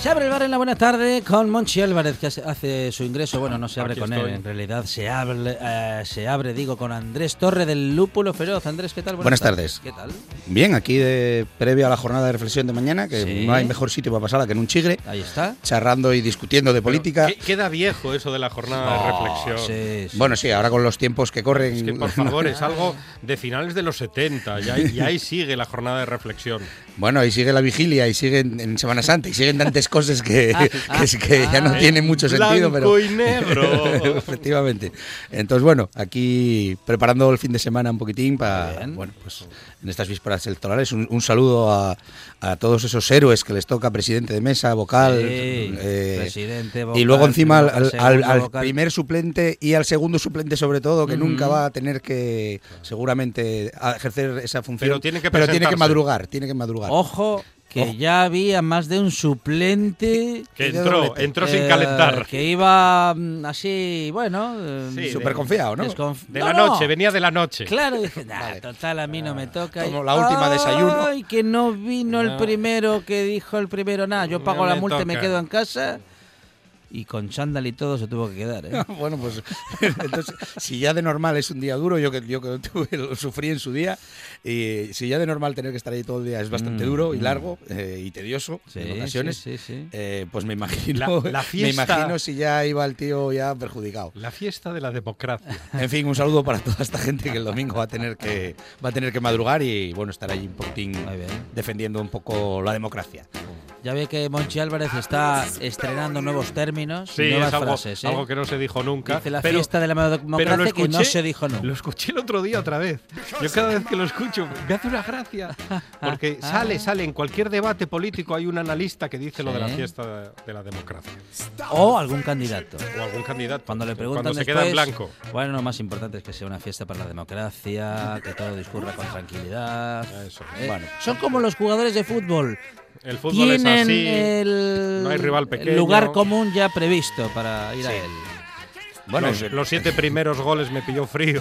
Se abre el bar en la buena tarde con Monchi Álvarez, que hace- hace su ingreso. Bueno, no se abre
Aquí
con
estoy.
él, en realidad se abre, eh, se abre, digo, con Andrés Torre del Lúpulo Feroz. Andrés, ¿qué tal?
Buenas tardes.
¿Qué tal?
Bien, aquí de previo a la jornada de reflexión de mañana, que
Sí.
no hay mejor sitio para pasarla que en un chigre,
Ahí está.
charrando y discutiendo de política.
Que- Queda viejo eso de la jornada de
Oh,
reflexión.
sí, sí.
Bueno, sí, ahora con los tiempos que corren.
Es que, por favor, es algo de finales de los setenta y ahí, y ahí sigue la jornada de reflexión.
Bueno, ahí sigue la vigilia, y siguen en Semana Santa, y siguen tantas cosas que, que, es que ya no
Ah.
tiene mucho sentido.
Blanco
Pero
y negro.
efectivamente. Entonces, bueno, aquí preparando el fin de semana un poquitín para,
Bien.
bueno, pues en estas vísperas electorales, un, un saludo a, a todos esos héroes que les toca presidente de mesa, vocal,
Sí,
eh,
presidente,
y
vocal,
luego encima al,
primero,
al- al-
segundo
al
vocal.
primer suplente y al segundo suplente sobre todo, que
Ujú.
nunca va a tener que seguramente a ejercer esa función.
Pero tiene que
pero tiene que
presentarse.
madrugar, tiene que madrugar.
Ojo, que
Ojo.
ya había más de un suplente
Que
de
entró,
doblete.
entró sin
eh,
calentar.
que iba mm, así, bueno, eh,
Sí,
Súper confiado, ¿no?
desconf-
De
No,
la
no.
noche, venía de la noche.
Claro, dije, nah,
Vale.
total, a mí no me toca.
Como
Y-
la última desayuno.
Ay, que no vino el
No.
primero, que dijo el primero, nada, yo pago
No
la
me
multa y me
toca.
quedo en casa. Y con chándal y todo se tuvo que quedar, ¿eh?
Bueno, pues entonces, si ya de normal es un día duro, yo que yo que tuve, lo sufrí en su día, y si ya de normal tener que estar ahí todo el día es bastante
Mm,
duro y
mm.
largo eh, y tedioso
Sí,
en ocasiones,
sí, sí, sí.
eh, pues me imagino,
La- la
me
fiesta-
imagino si ya iba el tío ya perjudicado.
La fiesta de la democracia.
En fin, un saludo para toda esta gente que el domingo va a tener que va a tener que madrugar y bueno, estar ahí un poquitín
Muy bien.
defendiendo un poco la democracia.
Ya ve que Monchi Álvarez está estrenando nuevos términos,
Sí,
nuevas
es algo,
frases, ¿eh?
algo que no se dijo nunca.
Dice la
pero-
fiesta de la
pero
democracia
lo
que no
escuché-
se dijo nunca.
Lo escuché el otro día otra vez. Yo cada vez que lo escucho me hace una gracia. Porque sale, sale, en cualquier debate político hay un analista que dice lo de la
Sí.
fiesta de la democracia.
O algún candidato.
O algún candidato.
Cuando le preguntan
Cuando se
después,
queda en blanco.
bueno, lo más importante es que sea una fiesta para la democracia, que todo discurra con tranquilidad.
Eso.
¿eh?
Bueno.
Son como los jugadores de fútbol.
El fútbol es
Tienen
así.
el,
no hay rival
el
pequeño.
lugar común ya previsto para ir a
Sí.
él.
Bueno,
los, los siete primeros goles me pilló frío.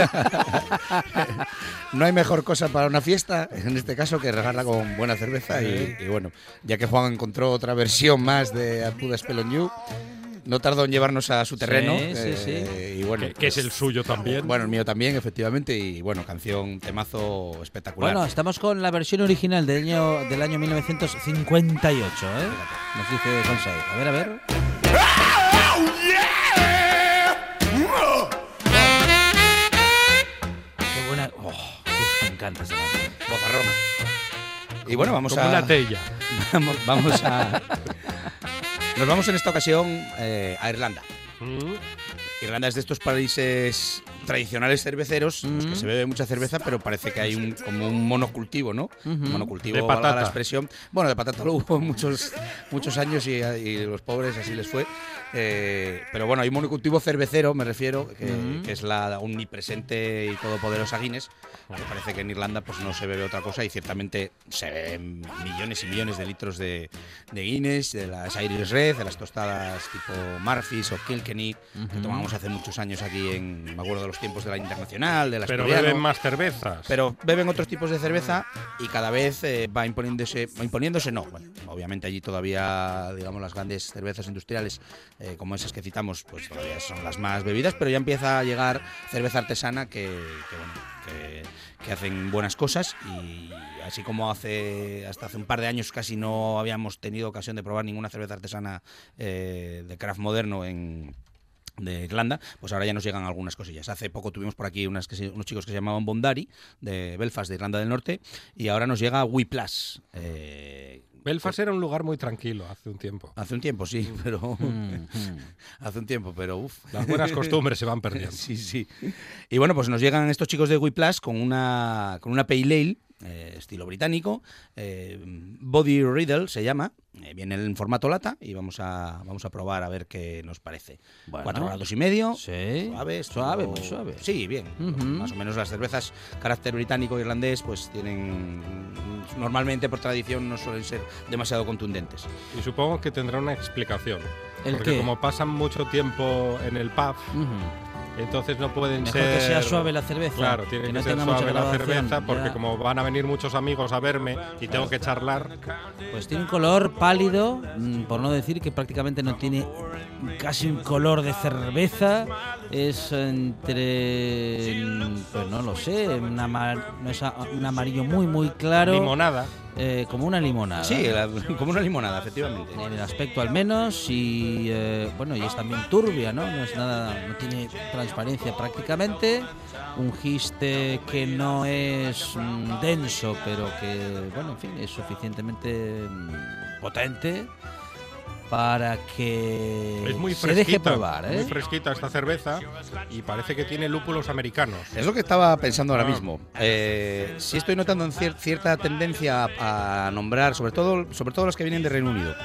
no hay mejor cosa para una fiesta, en este caso, que regarla con buena cerveza y, y bueno, ya que Juan encontró otra versión más de At Buddha Spell on You, no tardó en llevarnos a su terreno.
Sí, sí, sí.
eh, Y bueno,
que, que es
pues,
el suyo también.
Bueno, el mío también, efectivamente, y bueno, canción, temazo espectacular.
Bueno, estamos con la versión original del año, del año mil novecientos cincuenta y ocho, ¿eh? Nos dice Consai. A ver, a ver. Qué buena. Oh, qué- me encanta esa canción.
Bozarrón. Y bueno, vamos
Como
a.
una tella.
Vamos, vamos a. Nos vamos en esta ocasión eh, a Irlanda.
Mm.
Irlanda es de estos países tradicionales cerveceros en los que
Mm.
se bebe mucha cerveza, pero parece que hay un como un monocultivo, ¿no?
Ujú.
Monocultivo,
De
valga
patata.
la expresión. Bueno, de patata lo hubo muchos muchos años y, y los pobres así les fue. Eh, pero bueno, hay un monocultivo cervecero, me refiero, que,
Ujú.
que es la omnipresente y todopoderosa Guinness. Que parece que en Irlanda pues no se bebe otra cosa y ciertamente se beben millones y millones de litros de, de Guinness, de las Irish Red, de las tostadas tipo Murphy's o Kilkenny, que
Ujú.
tomamos hace muchos años aquí en, me acuerdo de los tiempos de la Internacional, de la
Pero
Asturiano.
beben más cervezas.
Pero beben otros tipos de cerveza y cada vez eh, va imponiéndose, va imponiéndose no. Bueno, obviamente allí todavía, digamos, las grandes cervezas industriales, eh, como esas que citamos, pues todavía son las más bebidas, pero ya empieza a llegar cerveza artesana que, que, bueno, que, que hacen buenas cosas y así como hace hasta hace un par de años casi no habíamos tenido ocasión de probar ninguna cerveza artesana eh, de craft moderno en de Irlanda, pues ahora ya nos llegan algunas cosillas. Hace poco tuvimos por aquí unas que se- unos chicos que se llamaban Bondari, de Belfast, de Irlanda del Norte, y ahora nos llega We Plus. Eh,
Belfast era un lugar muy tranquilo hace un tiempo.
hace un tiempo, sí, pero...
Mm, mm.
hace un tiempo, pero uff.
Las buenas costumbres se van perdiendo.
Sí, sí. Y bueno, pues nos llegan estos chicos de We Plus con una, con una Pale Ale, eh, estilo británico, eh, Body Riddle se llama, eh, viene en formato lata y vamos a, vamos a probar a ver qué nos parece.
Bueno.
Cuatro grados y medio,
Sí.
suave,
Suave,
estilo-
muy suave.
Sí, bien.
Ujú.
Más o menos las cervezas carácter británico e irlandés pues tienen, normalmente por tradición no suelen ser demasiado contundentes.
Y supongo que tendrá una explicación.
¿El
Porque
qué?
como pasan mucho tiempo en el pub,
Ujú.
entonces no pueden
Mejor
ser...
que sea suave la cerveza.
Claro, tiene
que
que,
no
ser
tenga mucha
suave la
graduación,
cerveza, porque
ya.
como van a venir muchos amigos a verme y tengo que charlar...
Pues tiene un color pálido, mm, por no decir que prácticamente no tiene casi un color de cerveza. Es entre, mm, pues no lo sé, un, amar- no es a- un amarillo muy muy claro.
Limonada.
Eh, como una limonada.
Sí, la- como una limonada, efectivamente.
En el aspecto al menos, y eh, bueno, y es también turbia, ¿no? No es nada, no tiene transparencia prácticamente. Un giste que no es mm, denso, pero que, bueno, en fin, es suficientemente mm, potente para que
Es muy
se deje
fresquita,
probar, ¿eh?
muy fresquita esta cerveza y parece que tiene lúpulos americanos.
Es lo que estaba pensando ahora
Ah.
mismo. Eh, sí estoy notando en cier- cierta tendencia a, a nombrar, sobre todo, sobre todo los que vienen de Reino Unido.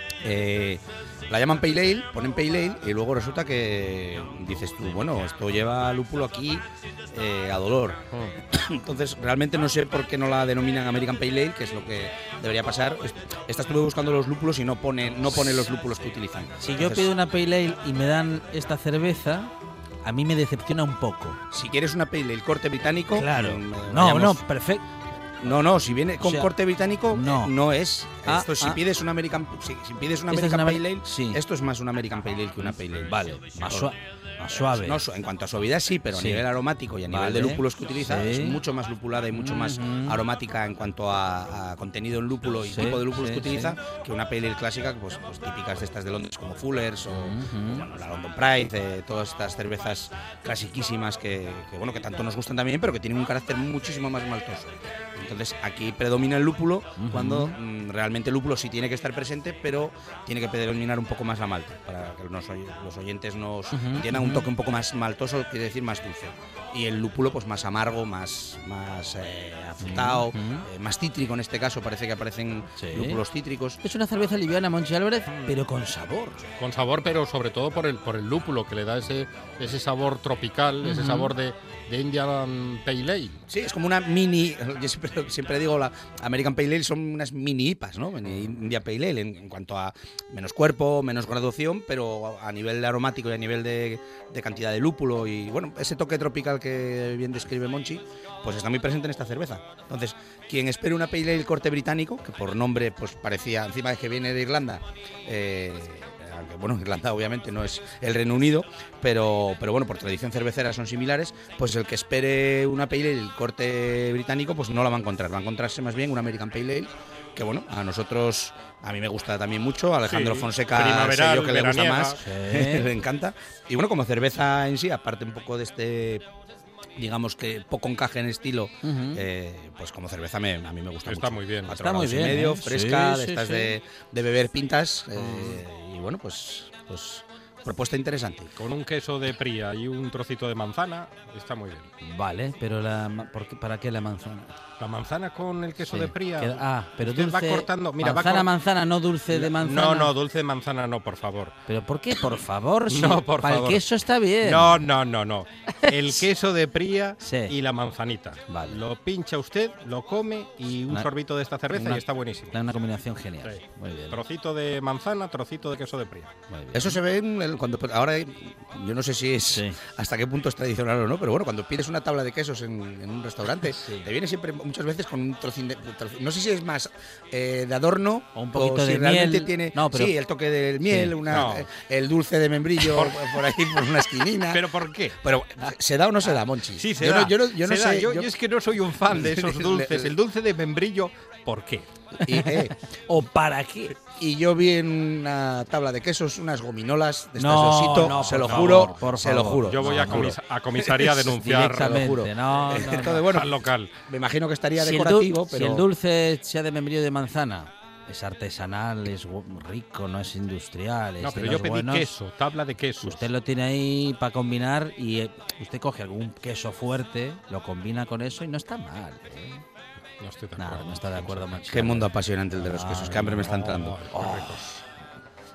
Eh, la llaman Pale Ale, ponen Pale Ale y luego resulta que dices tú, bueno, esto lleva lúpulo aquí eh, a dolor. Entonces realmente no sé por qué no la denominan American Pale Ale, que es lo que debería pasar. Es- Esta estuve buscando los lúpulos y no pone, no pone los lúpulos que utilizan.
Si yo
Entonces,
pido una Pale Ale y me dan esta cerveza, a mí me decepciona un poco.
si quieres una Pale Ale corte británico,
Claro.
mm,
No,
vayamos-
no, perfecto.
No, no, si viene con
O sea,
corte británico,
no.
no, es.
Ah,
Esto, si
ah.
pides un American, si, si pides una
Esta es
American
una
Pale
Ameri-
Ale,
sí.
esto es más un American Pale Ale que una Pale Ale.
Vale, más,
Por-
sua- más suave.
No, su- en cuanto a suavidad sí, pero
Sí.
a nivel aromático y a nivel
Vale.
de lúpulos que utiliza
Sí.
es mucho más lupulada y mucho más
Ujú.
aromática en cuanto a, a contenido en lúpulo y
Sí,
tipo de lúpulos
sí,
que utiliza
sí.
que una Pale Ale clásica, pues, pues típicas de estas de Londres como Fuller's o
Ujú.
bueno, la London Pride, eh, todas estas cervezas clasiquísimas que, que, bueno, que tanto nos gustan también, pero que tienen un carácter muchísimo más maltoso. Entonces aquí predomina el lúpulo
Ujú.
cuando mm, realmente el lúpulo sí tiene que estar presente, pero tiene que predominar un poco más la malta para que nos oy- los oyentes nos
Ujú,
entiendan un
ujú.
toque un poco más maltoso, quiere decir más dulce. Y el lúpulo pues más amargo, más, más eh, afrutado,
Ujú.
eh, más cítrico en este caso, parece que aparecen
Sí.
lúpulos cítricos.
Es una cerveza liviana, Monchi Álvarez, pero con sabor.
Con sabor, pero sobre todo por el por el lúpulo, que le da ese ese sabor tropical, ese
Ujú.
sabor de, de Indian Pale Ale.
Sí, es como una mini, yo siempre, siempre digo, la American Pale Ale son unas mini I P As, ¿no? Mini India Pale Ale, en, en cuanto a menos cuerpo, menos graduación, pero a nivel aromático y a nivel de, de cantidad de lúpulo y, bueno, ese toque tropical que bien describe Monchi, pues está muy presente en esta cerveza. Entonces, quien espere una Pale Ale corte británico, que por nombre pues parecía, encima de que viene de Irlanda, eh, aunque, bueno, Irlanda obviamente no es el Reino Unido, pero, pero bueno, por tradición cervecera son similares, pues el que espere una Pale Ale corte británico, pues no la va a encontrar, va a encontrarse más bien una American Pale Ale, que bueno, a nosotros, a mí me gusta también mucho, a Alejandro
Sí,
Fonseca
primaveral,
sé yo que le gusta
veraniega.
más,
Sí.
le encanta, y bueno, como cerveza en sí, aparte un poco de este, digamos que poco encaje en estilo,
Ujú.
eh, pues como cerveza me- a mí me gusta mucho.
Está muy bien.
Cuatro
Está muy
grados y
bien,
medio,
¿eh?
fresca,
Sí,
de
sí,
estas
sí.
De, de beber pintas, eh, y bueno, pues, pues propuesta interesante.
Con un queso de pría y un trocito de manzana, está muy bien.
Vale, pero la, ma- ¿por qué- ¿para qué la manzana?
La manzana con el queso
Sí.
de pría.
Queda- ah, pero
usted
dulce.
va cortando. Mira, va
manzana,
cor-
manzana, no dulce de manzana.
No, no, dulce de manzana no, por favor.
¿Pero por qué? Por favor. Si
No, por
para
favor.
el queso está bien.
No, no, no, no. El queso de pría
Sí.
y la manzanita.
Vale.
Lo pincha usted, lo come y un
Una-
sorbito de esta cerveza
una-
y está buenísimo.
Da una combinación genial.
Sí.
Muy bien.
Trocito de manzana, trocito de queso de pría.
Muy bien.
Eso se ve en el- cuando ahora yo no sé si es
Sí.
hasta qué punto es tradicional o no, pero bueno, cuando pides una tabla de quesos en, en un restaurante,
Sí.
te viene siempre muchas veces con un trocín de, trocín- no sé si es más eh, de adorno
O un poquito
si
de
realmente
miel.
tiene
No, pero-
sí, el toque del miel,
Sí.
una,
No.
eh, el dulce de membrillo por, ahí por una esquina.
¿Pero por qué?
Pero, ¿se da o no se da, Monchi?
Sí, se
yo
da.
No, yo no, yo no
se da.
sé.
Yo,
yo-
yo es que no soy un fan de esos dulces. El dulce de membrillo, ¿por qué?
y, eh,
¿O para qué?
y yo vi en una tabla de quesos unas gominolas de estas
No,
de osito,
no,
se
por
lo
favor,
juro,
por
se lo
favor.
juro.
Yo voy
se
a,
lo juro.
comis- a comisaría a denunciar
Directamente.
Directamente.
juro.
No, no, no.
Entonces, bueno,
al local.
me imagino que estaría
Si el, dul-
decorativo,
si
pero
el dulce sea de membrillo de manzana, es artesanal, es gu- rico, no es industrial. Es
No,
de
pero
los
yo pedí
buenos.
queso, tabla de quesos.
Usted lo tiene ahí para combinar y eh, usted coge algún queso fuerte, lo combina con eso y no está mal. ¿eh?
No estoy de
Nada,
acuerdo.
no está de acuerdo, macho.
qué mundo apasionante el de los
Ay,
quesos, que hambre me está entrando.
Oh, qué rico.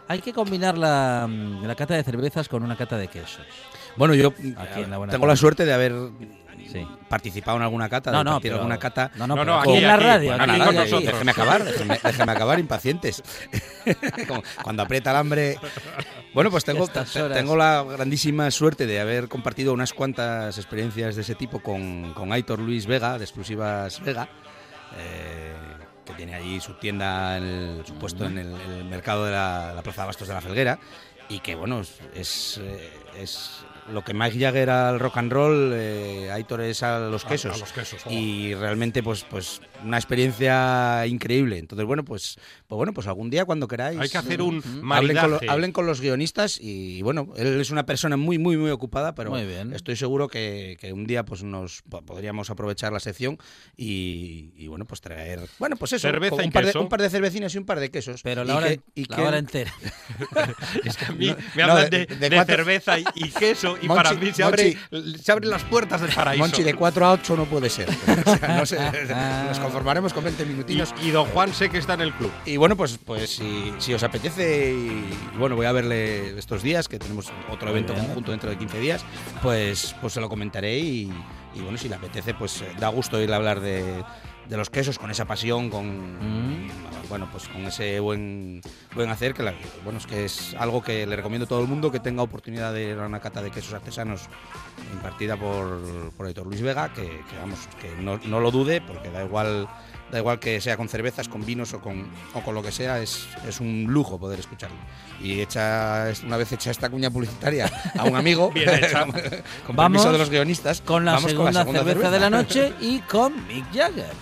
Hay que combinar la, la cata de cervezas con una cata de quesos.
Bueno, yo
Aquí en la buena
tengo
tarde.
la suerte de haber
Sí.
participado en alguna cata, de
No, no,
partir
pero-
alguna cata.
No, no,
No,
pero
no,
aquí
aquí,
en la
aquí,
radio.
bueno,
aquí,
aquí
Nada,
con
aquí.
nosotros.
déjeme acabar, déjeme, déjeme acabar, impacientes. Como cuando aprieta el hambre. Bueno, pues tengo,
Estas horas.
tengo la grandísima suerte de haber compartido unas cuantas experiencias de ese tipo con, con Aitor Luis Vega, de Exclusivas Vega, eh, que tiene allí su tienda, en el, su puesto en el, en el mercado de la, la Plaza de Bastos de la Felguera, y que, bueno, es, es, eh, es lo que Mike Jagger al rock and roll, eh, Aitor es a los
A-
quesos.
a los quesos, oh.
Y realmente, pues, pues una experiencia increíble. Entonces, bueno, pues, pues bueno, pues algún día cuando queráis.
Hay que hacer un
Hablen con,
maridaje.
lo- hablen con los guionistas y bueno, él es una persona muy, muy, muy ocupada, pero
Muy bien.
estoy seguro que, que un día pues nos po- podríamos aprovechar la sección y, y, bueno, pues traer, bueno, pues eso,
Cerveza
un
y
par, de,
queso.
un par de cervecinas y un par de quesos.
Pero la
Y
hora,
que- y
la
que-
hora entera.
Es que a mí
No,
me
no,
hablan
de-
de,
de
de
cuatro-
cerveza y, y queso y
Monchi-
para mí se, abre, se abren las puertas del paraíso.
Monchi, de cuatro a ocho no puede ser. O sea, no sé, nos conformaremos con veinte
y,
minutinos.
y don Juan sé que está en el club.
Y bueno, pues, pues si, si os apetece, y, y bueno, voy a verle estos días, que tenemos otro
Muy
evento
bien.
conjunto dentro de quince días, pues, pues se lo comentaré y, y bueno, si le apetece, pues eh, da gusto ir a hablar de, de los quesos con esa pasión, con
Mm.
bueno, pues con ese buen buen hacer, que la- bueno, es que es algo que le recomiendo a todo el mundo que tenga oportunidad de ir a una cata de quesos artesanos impartida por, por Aitor Luis Vega, que, que vamos, que no, no lo dude, porque da igual da igual que sea con cervezas, con vinos o con, o con lo que sea, es, es un lujo poder escucharlo. Y hecha, una vez hecha esta cuña publicitaria a un amigo,
Bien hecha.
con
Vamos
permiso de los guionistas,
Con la,
vamos
segunda,
con la segunda
cerveza, de la noche y con Mick Jagger.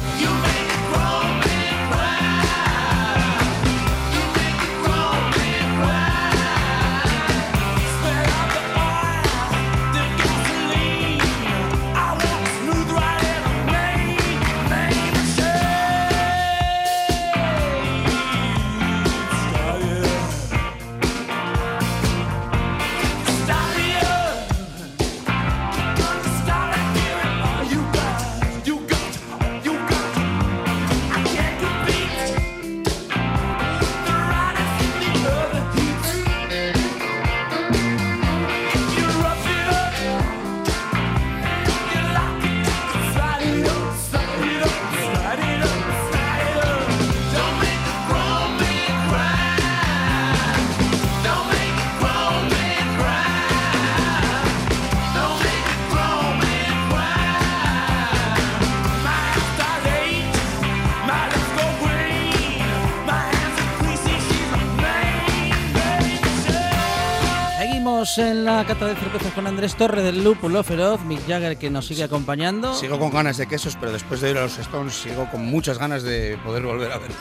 Seguimos en la cata de cervezas con Andrés Torre del Lúpulo Feroz, Mick Jagger que nos sigue acompañando.
Sigo con ganas de quesos, pero después de ir a los Stones sigo con muchas ganas de poder volver a ver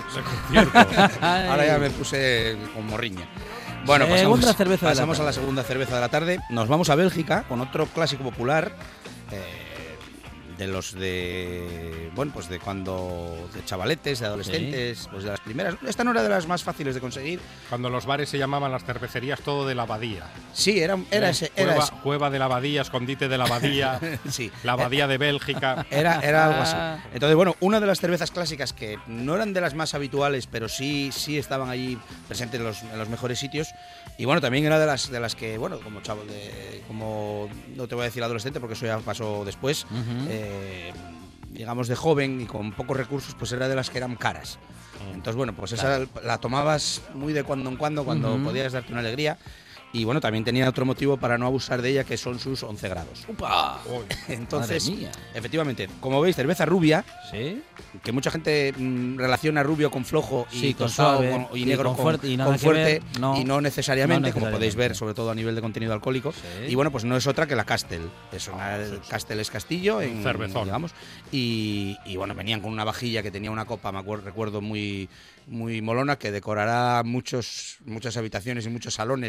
Ahora ya me puse con morriña. Bueno,
Segunda
pasamos,
cerveza de la
pasamos a la
tarde.
segunda cerveza de la tarde. Nos vamos a Bélgica con otro clásico popular. eh, de los de bueno pues de cuando de chavaletes, de adolescentes, pues de las primeras. Esta no era de las más fáciles de conseguir.
Cuando los bares se llamaban las cervecerías todo de la abadía.
Sí, era era
¿Eh?
ese, era
cueva,
ese.
cueva de la abadía, escondite de la abadía,
Sí.
la abadía de Bélgica.
Era, era algo así.
Ah.
Entonces, bueno, una de las cervezas clásicas que no eran de las más habituales, pero sí, sí estaban allí presentes en los, en los mejores sitios. Y bueno, también era de las de las que, bueno, como chavo, de, como no te voy a decir adolescente porque eso ya pasó después,
Ujú.
eh, digamos de joven y con pocos recursos, pues era de las que eran caras. Entonces, bueno, pues esa la tomabas muy de cuando en cuando, cuando
Ujú.
podías darte una alegría. Y bueno, también tenía otro motivo para no abusar de ella, que son sus once grados.
¡Upa!
Entonces,
Madre mía.
efectivamente, como veis, cerveza rubia,
¿Sí?
que mucha gente mm, relaciona rubio con flojo y
Sí, con
tostado
suave,
con- y
y
negro
con
con,
fuerte, y nada
con
que
fuerte,
ver, no.
y no necesariamente,
No
como podéis ver,
necesariamente.
sobre todo a nivel de contenido alcohólico.
Sí.
Y bueno, pues no es otra que la Castel. Es una, Castel es Castillo, en,
cervezón.
digamos. Y, y bueno, venían con una vajilla que tenía una copa, me acuerdo, recuerdo muy muy molona, que decorará muchos muchas habitaciones y muchos salones
Tengo yo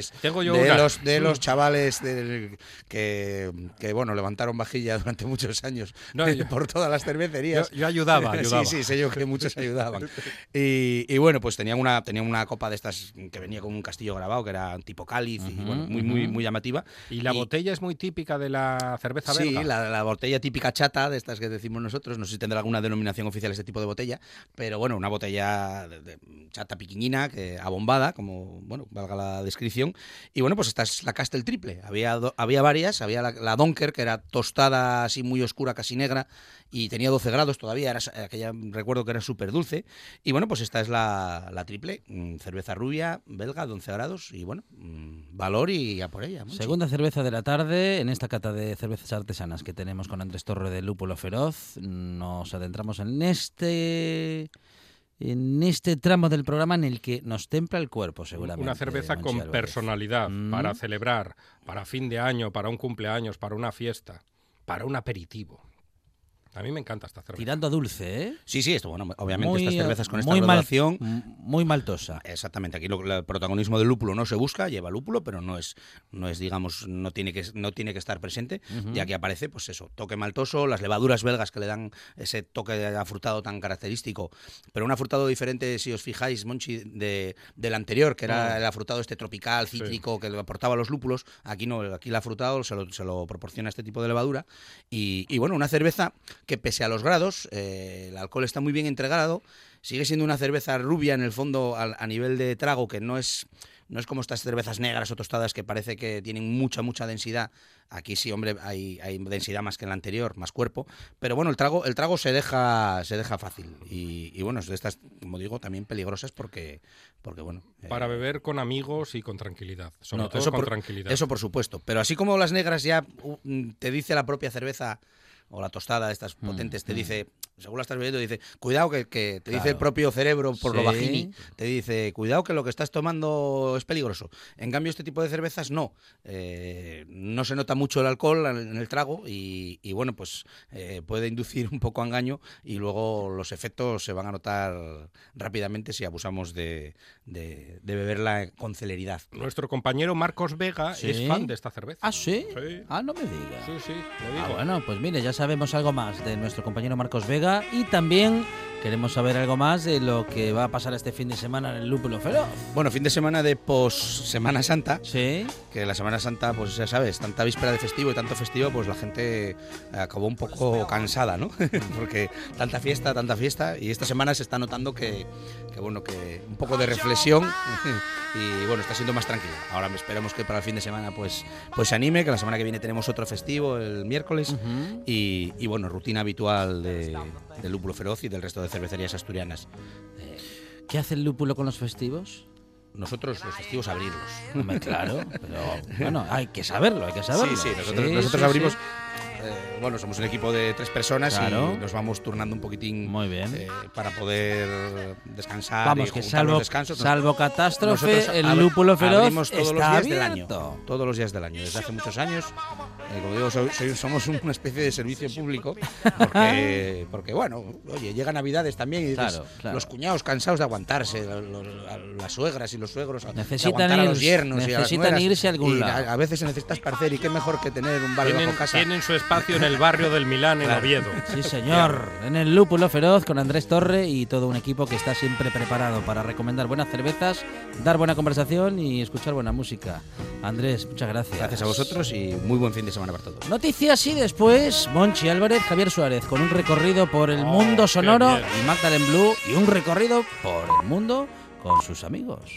yo
de
una.
los de los chavales del- que, que bueno levantaron vajilla durante muchos años
No, yo-
por todas las cervecerías.
Yo, yo ayudaba, ayudaba.
Sí, sí, sé yo que muchos ayudaban. Y, y bueno, pues tenían una, tenían una copa de estas que venía con un castillo grabado, que era tipo cáliz y
Ujú,
bueno, muy, muy,
ujú.
muy llamativa.
Y la botella es muy típica de la cerveza
Sí,
belga.
la, la botella típica chata, de estas que decimos nosotros, no sé si tendrá alguna denominación oficial este tipo de botella, pero bueno, una botella de, de chata piquiñina, que abombada, como, bueno, valga la descripción. Y bueno, pues esta es la Castel Triple. Había, do- había varias, había la, la Donker, que era tostada así muy oscura, casi negra, y tenía doce grados todavía, era, aquella, recuerdo que era súper dulce. Y bueno, pues esta es la, la Triple, mm, cerveza rubia, belga, de once grados, y bueno, mm, valor y a por ella. Monchi.
Segunda cerveza de la tarde en esta cata de cervezas artesanas que tenemos con Andrés Torre de Lúpulo Feroz. Nos adentramos en este en este tramo del programa en el que nos templa el cuerpo, seguramente.
Una cerveza
Monchi
con
Álvarez.
personalidad
Mm.
para celebrar, para fin de año, para un cumpleaños, para una fiesta, para un aperitivo. A mí me encanta esta cerveza.
Tirando a dulce, ¿eh?
Sí, sí, esto, bueno, obviamente
Muy,
estas cervezas con esta
muy mal-
graduación...
muy maltosa.
Exactamente, aquí lo- el protagonismo del lúpulo no se busca, lleva lúpulo, pero no es, no es digamos, no tiene que, no tiene que estar presente,
Ujú.
y aquí aparece, pues eso, toque maltoso, las levaduras belgas que le dan ese toque afrutado tan característico, pero un afrutado diferente, si os fijáis, Monchi, de, del anterior, que era
Mm.
el afrutado este tropical, cítrico, que le aportaba los lúpulos. Aquí no, aquí el afrutado se lo, se lo proporciona este tipo de levadura, y, y bueno, una cerveza que pese a los grados, eh, el alcohol está muy bien entregado. Sigue siendo una cerveza rubia en el fondo a, a nivel de trago, que no es, no es como estas cervezas negras o tostadas que parece que tienen mucha, mucha densidad. Aquí sí, hombre, hay, hay densidad más que en la anterior, más cuerpo. Pero bueno, el trago, el trago se deja, se deja fácil. Y, y bueno, es de estas, como digo, también peligrosas porque, porque bueno... eh,
Para beber con amigos y con tranquilidad. Sobre
no,
todo
eso
con
por,
tranquilidad.
Eso por supuesto. Pero así como las negras ya uh, te dice la propia cerveza o la tostada de estas potentes, te dice, según la estás bebiendo, dice, cuidado que, que te dice el
Claro.
propio cerebro por lo
Sí.
bajini, te dice, cuidado que lo que estás tomando es peligroso. En cambio, este tipo de cervezas no. Eh, no se nota mucho el alcohol en el trago y, y bueno, pues eh, puede inducir un poco a engaño y luego los efectos se van a notar rápidamente si abusamos de, de, de beberla con celeridad.
Nuestro compañero Marcos Vega
¿Sí?
es fan de esta cerveza.
¿Ah, sí?
Sí.
Ah, no me digas.
Sí, sí, le
Ah,
digo.
bueno, pues mire, ya sabemos algo más de nuestro compañero Marcos Vega y también queremos saber algo más de lo que va a pasar este fin de semana en el Lúpulo Feroz.
Bueno, fin de semana de pos Semana Santa,
Sí.
que la Semana Santa, pues ya sabes, tanta víspera de festivo y tanto festivo, pues la gente acabó un poco cansada, ¿no? Porque tanta fiesta, tanta fiesta, y esta semana se está notando que, que bueno, que un poco de reflexión y bueno, está siendo más tranquila. Ahora esperemos que para el fin de semana pues, pues se anime, que la semana que viene tenemos otro festivo el miércoles
Ujú.
y, y bueno, rutina habitual de, del Lúpulo Feroz y del resto de cervecerías asturianas.
¿Qué hace el Lúpulo con los festivos?
Nosotros los festivos abrirlos.
Hombre, claro, pero bueno, hay que saberlo, hay que saberlo.
Sí, sí, nosotros,
Sí,
nosotros
sí,
abrimos.
sí.
eh, bueno, somos un equipo de tres personas
Claro.
y nos vamos turnando un poquitín
Muy bien.
eh, para poder descansar.
Vamos,
y
que
juntar los
salvo,
descansos.
salvo catástrofe,
Nosotros
el
ab-
Lúpulo Feroz
abrimos todos
está
los días del
abierto.
año. Todos los días del año, desde hace muchos años. Eh, como digo, soy- soy- somos una especie de servicio público porque, porque, bueno, oye, llega Navidades también y dices,
Claro, claro.
los cuñados cansados de aguantarse, los- los- a las suegras y los suegros de
Necesitan
aguantar a los
irse-
yernos y a las
necesitan
nueras,
irse a algún
y
lado.
A, a veces se necesita esparcer y qué mejor que tener un bar
Tienen,
bajo casa.
tienen su espacio en el barrio del Milán, en
Claro.
Oviedo.
Sí, señor. En el Lúpulo Feroz con Andrés Torre y todo un equipo que está siempre preparado para recomendar buenas cervezas, dar buena conversación y escuchar buena música. Andrés, muchas gracias.
Gracias a vosotros y muy buen fin de semana para todos.
Noticias y después Monchi Álvarez, Javier Suárez con un recorrido por el
Oh,
mundo
qué
sonoro
bien.
y Magdalene Blue y un recorrido por el mundo con sus amigos.